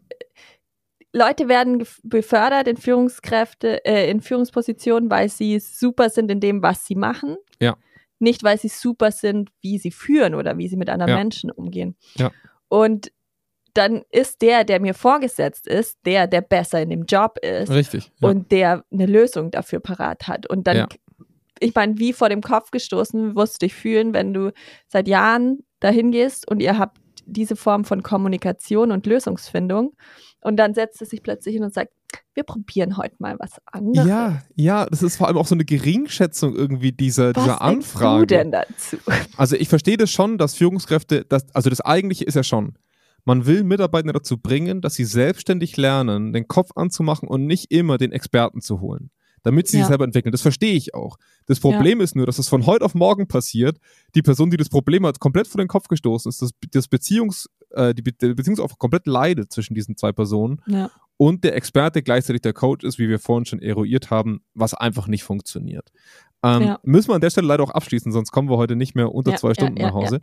Leute werden befördert in Führungspositionen, weil sie super sind in dem, was sie machen. Ja. Nicht, weil sie super sind, wie sie führen oder wie sie mit anderen Menschen umgehen. Ja. Und dann ist der mir vorgesetzt ist, der besser in dem Job ist. Richtig. Ja. Und der eine Lösung dafür parat hat. Und dann, ich meine, wie vor dem Kopf gestoßen wirst du dich fühlen, wenn du seit Jahren dahin gehst und ihr habt diese Form von Kommunikation und Lösungsfindung. Und dann setzt es sich plötzlich hin und sagt, wir probieren heute mal was anderes. Ja, das ist vor allem auch so eine Geringschätzung irgendwie dieser Anfrage. Was denkst du denn dazu? Also ich verstehe das schon, dass Führungskräfte, also das Eigentliche ist ja schon, man will Mitarbeiter dazu bringen, dass sie selbstständig lernen, den Kopf anzumachen und nicht immer den Experten zu holen, damit sie sich selber entwickeln. Das verstehe ich auch. Das Problem ist nur, dass es von heute auf morgen passiert, die Person, die das Problem hat, komplett vor den Kopf gestoßen ist, dass die Beziehungsaufbau komplett leidet zwischen diesen zwei Personen und der Experte gleichzeitig der Coach ist, wie wir vorhin schon eruiert haben, was einfach nicht funktioniert. Müssen wir an der Stelle leider auch abschließen, sonst kommen wir heute nicht mehr unter 2 Stunden nach Hause.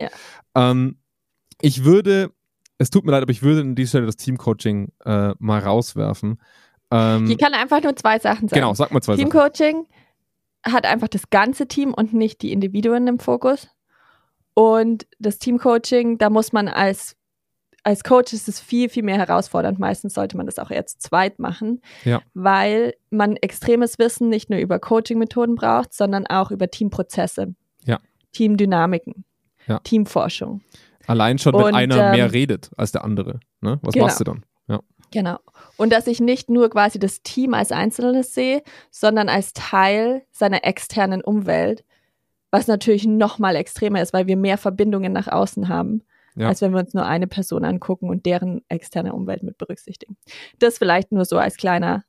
Es tut mir leid, aber ich würde an dieser Stelle das Teamcoaching mal rauswerfen. Ich kann einfach nur 2 Sachen sagen. Genau, sag mal 2 Sachen. Teamcoaching hat einfach das ganze Team und nicht die Individuen im Fokus. Und das Teamcoaching, da muss man als Coach, ist es viel, viel mehr herausfordernd. Meistens sollte man das auch eher zu zweit machen, weil man extremes Wissen nicht nur über Coaching-Methoden braucht, sondern auch über Teamprozesse, Teamdynamiken, Teamforschung. Allein schon, wenn einer mehr redet als der andere. Ne? Was machst du dann? Ja. Genau. Und dass ich nicht nur quasi das Team als Einzelnes sehe, sondern als Teil seiner externen Umwelt, was natürlich noch mal extremer ist, weil wir mehr Verbindungen nach außen haben, als wenn wir uns nur eine Person angucken und deren externe Umwelt mit berücksichtigen. Das vielleicht nur so als kleiner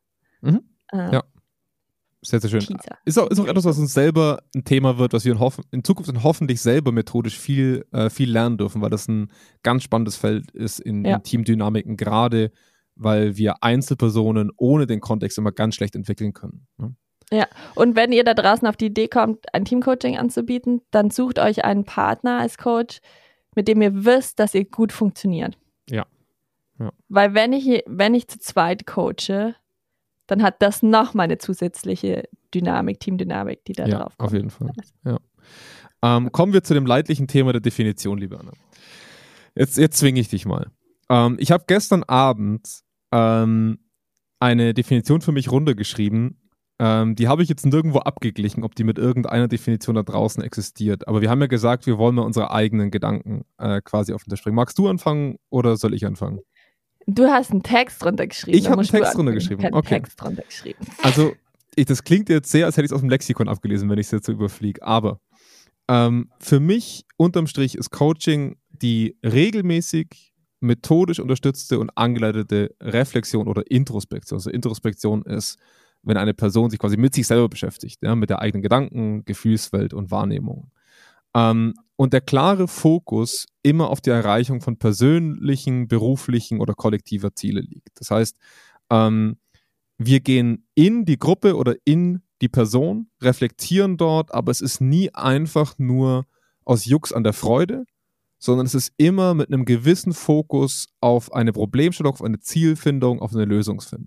sehr, sehr schön. Teaser. Ist auch etwas, was uns selber ein Thema wird, was wir in Zukunft hoffentlich selber methodisch viel lernen dürfen, weil das ein ganz spannendes Feld ist in Teamdynamiken, gerade weil wir Einzelpersonen ohne den Kontext immer ganz schlecht entwickeln können. Ne? Ja, und wenn ihr da draußen auf die Idee kommt, ein Teamcoaching anzubieten, dann sucht euch einen Partner als Coach, mit dem ihr wisst, dass ihr gut funktioniert. Ja. Weil wenn ich zu zweit coache, dann hat das nochmal eine zusätzliche Dynamik, Teamdynamik, die da drauf kommt. Auf jeden Fall. Ja. Kommen wir zu dem leidlichen Thema der Definition, liebe Anna. Jetzt zwinge ich dich mal. Ich habe gestern Abend eine Definition für mich runtergeschrieben. Die habe ich jetzt nirgendwo abgeglichen, ob die mit irgendeiner Definition da draußen existiert. Aber wir haben ja gesagt, wir wollen mal unsere eigenen Gedanken quasi auf den Tisch bringen. Magst du anfangen oder soll ich anfangen? Du hast einen Text runtergeschrieben. Ich habe einen Text runtergeschrieben. Also, das klingt jetzt sehr, als hätte ich es aus dem Lexikon abgelesen, wenn ich es jetzt so überfliege. Aber für mich unterm Strich ist Coaching die regelmäßig methodisch unterstützte und angeleitete Reflexion oder Introspektion. Also Introspektion ist, wenn eine Person sich quasi mit sich selber beschäftigt, mit der eigenen Gedanken, Gefühlswelt und Wahrnehmung. Und der klare Fokus immer auf die Erreichung von persönlichen, beruflichen oder kollektiver Ziele liegt. Das heißt, wir gehen in die Gruppe oder in die Person, reflektieren dort, aber es ist nie einfach nur aus Jux an der Freude, sondern es ist immer mit einem gewissen Fokus auf eine Problemstellung, auf eine Zielfindung, auf eine Lösungsfindung.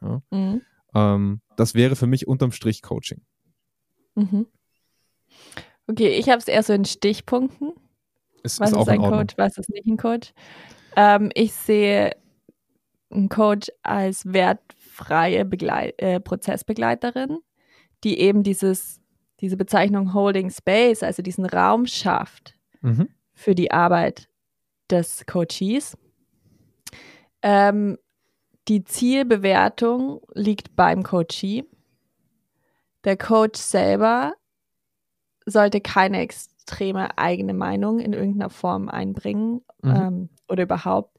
Ja? Mhm. Das wäre für mich unterm Strich Coaching. Mhm. Okay, ich habe es eher so in Stichpunkten. Ist Was auch ist in ein Ordnung. Coach, was ist nicht ein Coach? Ich sehe einen Coach als wertfreie Prozessbegleiterin, die eben diese Bezeichnung Holding Space, also diesen Raum schafft Mhm. für die Arbeit des Coaches. Die Zielbewertung liegt beim Coachee. Der Coach selber sollte keine extreme eigene Meinung in irgendeiner Form einbringen oder überhaupt.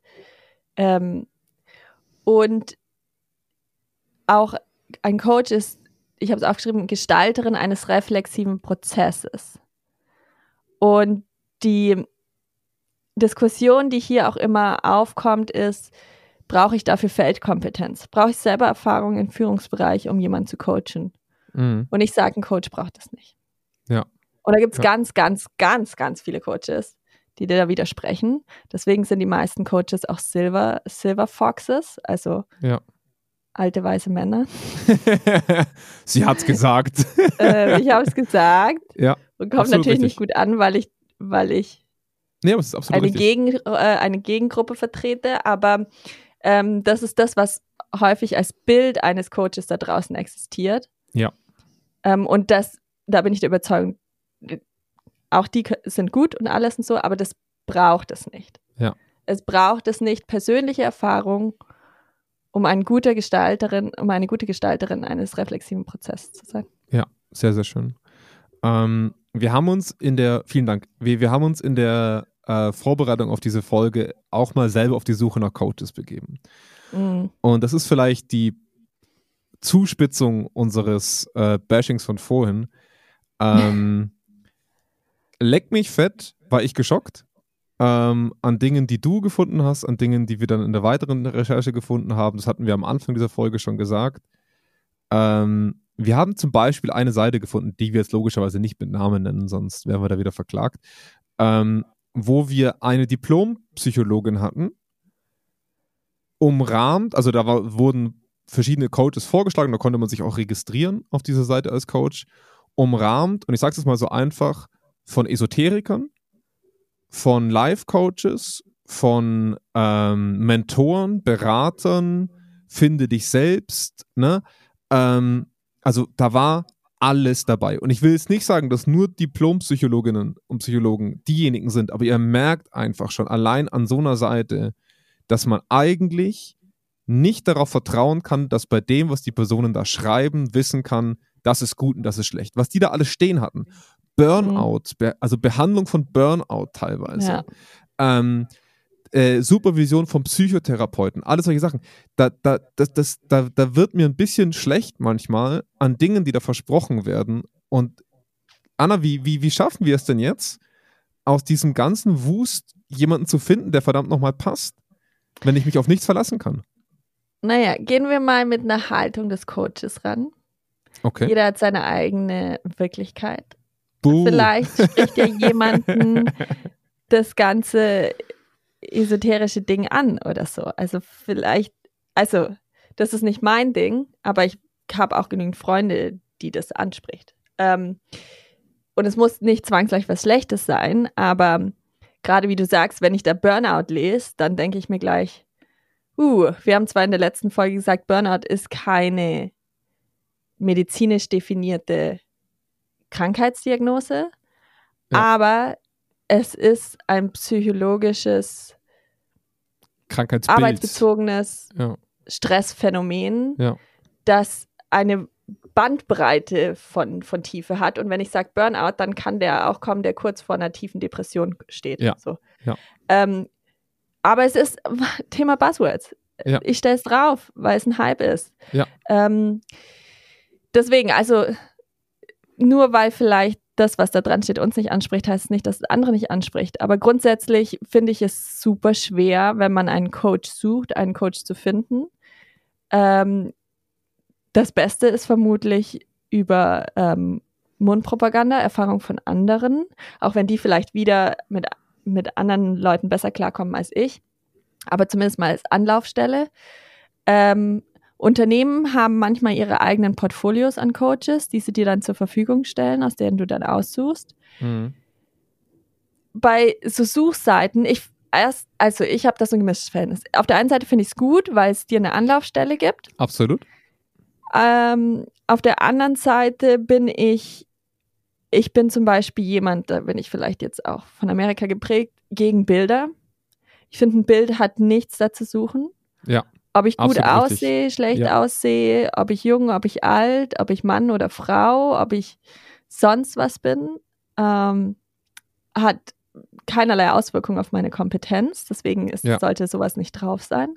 Und auch ein Coach ist, ich habe es aufgeschrieben, Gestalterin eines reflexiven Prozesses. Und die Diskussion, die hier auch immer aufkommt, ist, brauche ich dafür Feldkompetenz? Brauche ich selber Erfahrung im Führungsbereich, um jemanden zu coachen? Mhm. Und ich sage, ein Coach braucht das nicht. Ja. Und da gibt es ganz viele Coaches, die dir da widersprechen. Deswegen sind die meisten Coaches auch Silver Foxes, also alte weiße Männer. Sie hat's gesagt. Ich habe es gesagt. Ja, und kommt natürlich nicht gut an, weil ich nee, aber es ist absolut eine Gegengruppe vertrete. Aber das ist das, was häufig als Bild eines Coaches da draußen existiert. Ja. Und da bin ich der Überzeugung, auch die sind gut und alles und so, aber das braucht es nicht. Ja. Es braucht es nicht, persönliche Erfahrung, um eine gute Gestalterin eines reflexiven Prozesses zu sein. Ja, sehr, sehr schön. Wir haben uns in der Vorbereitung auf diese Folge auch mal selber auf die Suche nach Coaches begeben. Mhm. Und das ist vielleicht die Zuspitzung unseres Bashings von vorhin. Leck mich fett, war ich geschockt an Dingen, die du gefunden hast, an Dingen, die wir dann in der weiteren Recherche gefunden haben. Das hatten wir am Anfang dieser Folge schon gesagt. Wir haben zum Beispiel eine Seite gefunden, die wir jetzt logischerweise nicht mit Namen nennen, sonst wären wir da wieder verklagt, wo wir eine Diplompsychologin hatten, umrahmt, also da wurden verschiedene Coaches vorgeschlagen, da konnte man sich auch registrieren auf dieser Seite als Coach, umrahmt, und ich sage es mal so einfach, von Esoterikern, von Life-Coaches, von Mentoren, Beratern, finde dich selbst, ne? Also da war alles dabei. Und ich will jetzt nicht sagen, dass nur Diplompsychologinnen und Psychologen diejenigen sind, aber ihr merkt einfach schon allein an so einer Seite, dass man eigentlich nicht darauf vertrauen kann, dass bei dem, was die Personen da schreiben, wissen kann, das ist gut und das ist schlecht. Was die da alles stehen hatten. Burnout, also Behandlung von Burnout teilweise. Ja. Supervision von Psychotherapeuten, alles solche Sachen. Da wird mir ein bisschen schlecht manchmal an Dingen, die da versprochen werden. Und Anna, wie schaffen wir es denn jetzt, aus diesem ganzen Wust jemanden zu finden, der verdammt nochmal passt, wenn ich mich auf nichts verlassen kann? Naja, gehen wir mal mit einer Haltung des Coaches ran. Okay. Jeder hat seine eigene Wirklichkeit. Vielleicht spricht ja jemanden das ganze esoterische Ding an oder so. Also das ist nicht mein Ding, aber ich habe auch genügend Freunde, die das anspricht. Und es muss nicht zwangsläufig was Schlechtes sein, aber gerade wie du sagst, wenn ich da Burnout lese, dann denke ich mir gleich, wir haben zwar in der letzten Folge gesagt, Burnout ist keine medizinisch definierte Krankheitsdiagnose, aber es ist ein psychologisches, arbeitsbezogenes Stressphänomen, das eine Bandbreite von Tiefe hat. Und wenn ich sage Burnout, dann kann der auch kommen, der kurz vor einer tiefen Depression steht. Ja. So. Ja. Aber es ist Thema Buzzwords. Ja. Ich stelle es drauf, weil es ein Hype ist. Ja. Deswegen, also nur weil vielleicht das, was da dran steht, uns nicht anspricht, heißt es nicht, dass das andere nicht anspricht. Aber grundsätzlich finde ich es super schwer, wenn man einen Coach sucht, einen Coach zu finden. Das Beste ist vermutlich über Mundpropaganda, Erfahrung von anderen, auch wenn die vielleicht wieder mit anderen Leuten besser klarkommen als ich, aber zumindest mal als Anlaufstelle. Und Unternehmen haben manchmal ihre eigenen Portfolios an Coaches, die sie dir dann zur Verfügung stellen, aus denen du dann aussuchst. Bei so Suchseiten, ich habe da so ein gemischtes Verhältnis. Auf der einen Seite finde ich es gut, weil es dir eine Anlaufstelle gibt. Absolut. Auf der anderen Seite bin ich bin zum Beispiel jemand, da bin ich vielleicht jetzt auch von Amerika geprägt, gegen Bilder. Ich finde, ein Bild hat nichts da zu suchen. Ja. Ob ich gut Absolut aussehe, richtig. schlecht aussehe, ob ich jung, ob ich alt, ob ich Mann oder Frau, ob ich sonst was bin, hat keinerlei Auswirkung auf meine Kompetenz. Deswegen sollte sowas nicht drauf sein.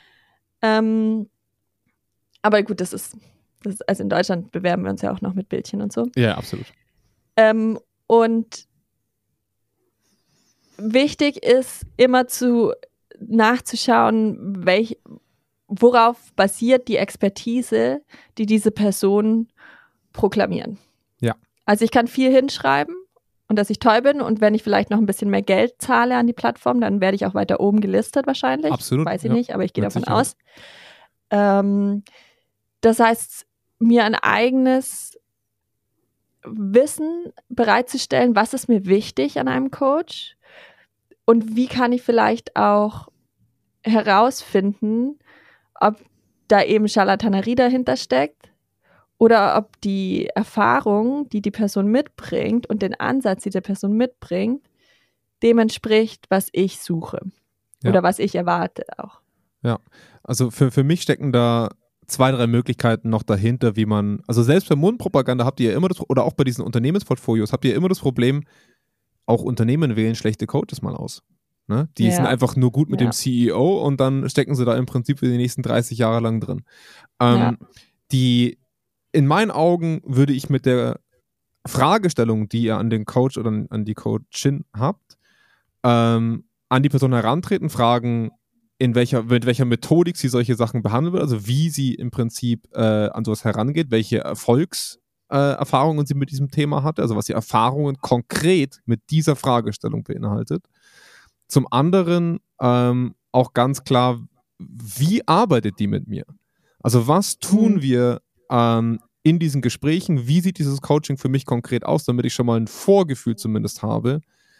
Aber gut, das ist, also in Deutschland bewerben wir uns ja auch noch mit Bildchen und so. Ja, absolut. Und wichtig ist immer nachzuschauen, worauf basiert die Expertise, die diese Personen proklamieren. Ja. Also ich kann viel hinschreiben und dass ich toll bin und wenn ich vielleicht noch ein bisschen mehr Geld zahle an die Plattform, dann werde ich auch weiter oben gelistet wahrscheinlich. Absolut. Weiß ich nicht, aber ich gehe davon Sicherheit. aus. Das heißt, mir ein eigenes Wissen bereitzustellen, was ist mir wichtig an einem Coach und wie kann ich vielleicht auch herausfinden, ob da eben Charlatanerie dahinter steckt oder ob die Erfahrung, die die Person mitbringt und den Ansatz, die die Person mitbringt, dem entspricht, was ich suche oder was ich erwarte auch. Ja, also für mich stecken da 2, 3 Möglichkeiten noch dahinter, wie man, also selbst bei Mundpropaganda habt ihr ja immer oder auch bei diesen Unternehmensportfolios habt ihr immer das Problem, auch Unternehmen wählen schlechte Coaches mal aus. Ne? Die sind einfach nur gut mit dem CEO und dann stecken sie da im Prinzip für die nächsten 30 Jahre lang drin. In meinen Augen würde ich mit der Fragestellung, die ihr an den Coach oder an die Coachin habt, an die Person herantreten, fragen, mit welcher Methodik sie solche Sachen behandeln wird, also wie sie im Prinzip an sowas herangeht, welche Erfahrungen sie mit diesem Thema hatte, also was die Erfahrungen konkret mit dieser Fragestellung beinhaltet. Zum anderen auch ganz klar, wie arbeitet die mit mir? Also was tun wir in diesen Gesprächen? Wie sieht dieses Coaching für mich konkret aus, damit ich schon mal ein Vorgefühl zumindest habe,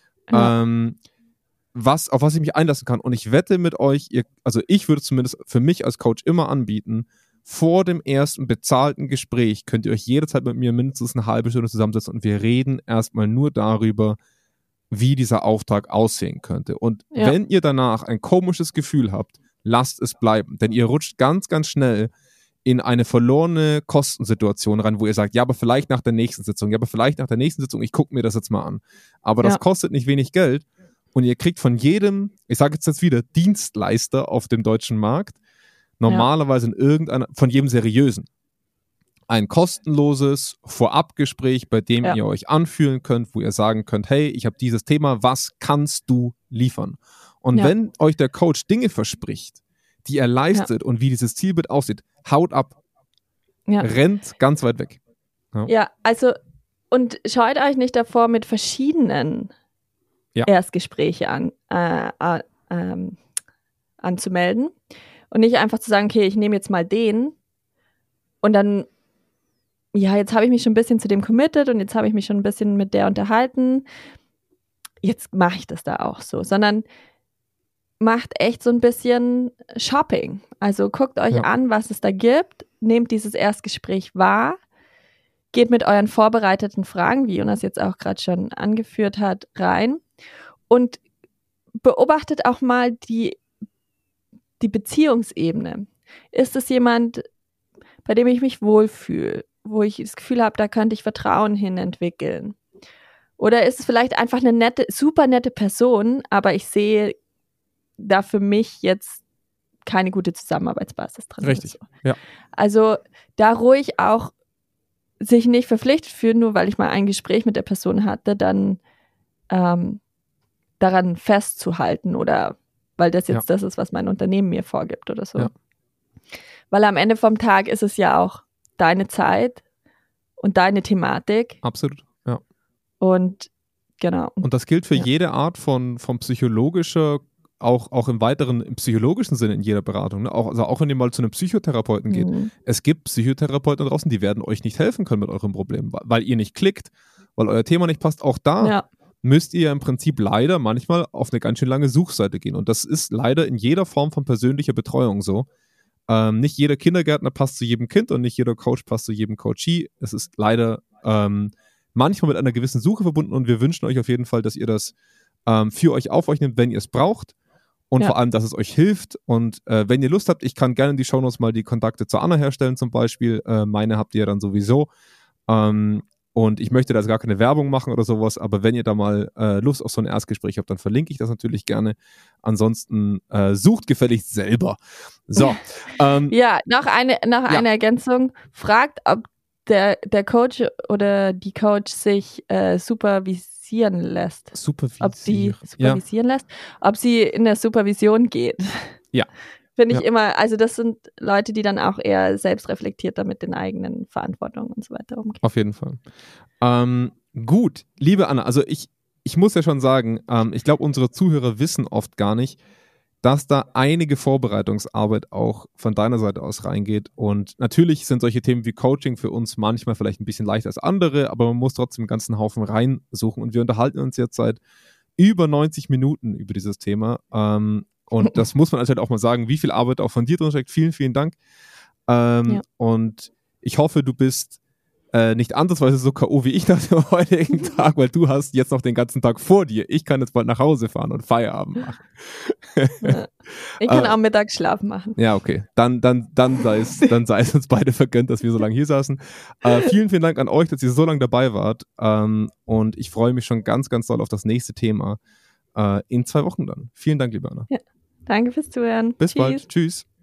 auf was ich mich einlassen kann. Und ich wette mit euch, also ich würde zumindest für mich als Coach immer anbieten, vor dem ersten bezahlten Gespräch könnt ihr euch jederzeit mit mir mindestens eine halbe Stunde zusammensetzen und wir reden erstmal nur darüber, wie dieser Auftrag aussehen könnte. Und wenn ihr danach ein komisches Gefühl habt, lasst es bleiben. Denn ihr rutscht ganz, ganz schnell in eine verlorene Kostensituation rein, wo ihr sagt, ja, aber vielleicht nach der nächsten Sitzung, ich gucke mir das jetzt mal an. Aber das kostet nicht wenig Geld. Und ihr kriegt von jedem, ich sage jetzt wieder, Dienstleister auf dem deutschen Markt, normalerweise von jedem seriösen, ein kostenloses Vorabgespräch, bei dem ihr euch anfühlen könnt, wo ihr sagen könnt, hey, ich habe dieses Thema, was kannst du liefern? Und wenn euch der Coach Dinge verspricht, die er leistet und wie dieses Zielbild aussieht, haut ab. Rennt ganz weit weg. Ja, also und scheut euch nicht davor, mit verschiedenen Erstgespräche anzumelden und nicht einfach zu sagen, okay, ich nehme jetzt mal den und dann, jetzt habe ich mich schon ein bisschen zu dem committed und jetzt habe ich mich schon ein bisschen mit der unterhalten, jetzt mache ich das da auch so, sondern macht echt so ein bisschen Shopping. Also guckt euch an, was es da gibt, nehmt dieses Erstgespräch wahr, geht mit euren vorbereiteten Fragen, wie Jonas jetzt auch gerade schon angeführt hat, rein und beobachtet auch mal die Beziehungsebene. Ist es jemand, bei dem ich mich wohlfühle, wo ich das Gefühl habe, da könnte ich Vertrauen hin entwickeln? Oder ist es vielleicht einfach eine super nette Person, aber ich sehe da für mich jetzt keine gute Zusammenarbeitsbasis drin. Richtig, so. ja. Also da ruhig auch sich nicht verpflichtet fühlen, nur weil ich mal ein Gespräch mit der Person hatte, dann daran festzuhalten oder weil das jetzt das ist, was mein Unternehmen mir vorgibt oder so. Ja. Weil am Ende vom Tag ist es ja auch deine Zeit und deine Thematik. Absolut, Und genau. Und das gilt für jede Art von psychologischer auch im weiteren, im psychologischen Sinne in jeder Beratung. Ne? Auch wenn ihr mal zu einem Psychotherapeuten geht. Es gibt Psychotherapeuten draußen, die werden euch nicht helfen können mit eurem Problem, weil ihr nicht klickt, weil euer Thema nicht passt. Auch da müsst ihr im Prinzip leider manchmal auf eine ganz schön lange Suchseite gehen. Und das ist leider in jeder Form von persönlicher Betreuung so. Nicht jeder Kindergärtner passt zu jedem Kind und nicht jeder Coach passt zu jedem Coachee. Es ist leider manchmal mit einer gewissen Suche verbunden und wir wünschen euch auf jeden Fall, dass ihr das für euch auf euch nimmt, wenn ihr es braucht und vor allem, dass es euch hilft und wenn ihr Lust habt, ich kann gerne in die Shownotes mal die Kontakte zu Anna herstellen zum Beispiel, meine habt ihr ja dann sowieso und ich möchte da jetzt gar keine Werbung machen oder sowas, aber wenn ihr da mal Lust auf so ein Erstgespräch habt, dann verlinke ich das natürlich gerne. Ansonsten sucht gefälligst selber. So. Noch eine Ergänzung. Fragt, ob der Coach oder die Coach sich supervisieren lässt. Ob sie in der Supervision geht. Ja. Finde ich immer, also das sind Leute, die dann auch eher selbstreflektierter mit den eigenen Verantwortungen und so weiter umgehen. Auf jeden Fall. Gut, liebe Anna, also ich muss ja schon sagen, ich glaube, unsere Zuhörer wissen oft gar nicht, dass da einige Vorbereitungsarbeit auch von deiner Seite aus reingeht. Und natürlich sind solche Themen wie Coaching für uns manchmal vielleicht ein bisschen leichter als andere, aber man muss trotzdem einen ganzen Haufen reinsuchen. Und wir unterhalten uns jetzt seit über 90 Minuten über dieses Thema. Und das muss man halt auch mal sagen, wie viel Arbeit auch von dir drin steckt. Vielen, vielen Dank. Und ich hoffe, du bist nicht ansatzweise so K.O. wie ich nach dem heutigen Tag, weil du hast jetzt noch den ganzen Tag vor dir. Ich kann jetzt bald nach Hause fahren und Feierabend machen. Ich kann auch Mittagsschlaf machen. Ja, okay. Dann sei es uns beide vergönnt, dass wir so lange hier saßen. Vielen, vielen Dank an euch, dass ihr so lange dabei wart. Und ich freue mich schon ganz, ganz doll auf das nächste Thema in 2 Wochen dann. Vielen Dank, liebe Anna. Ja. Danke fürs Zuhören. Bis bald. Tschüss.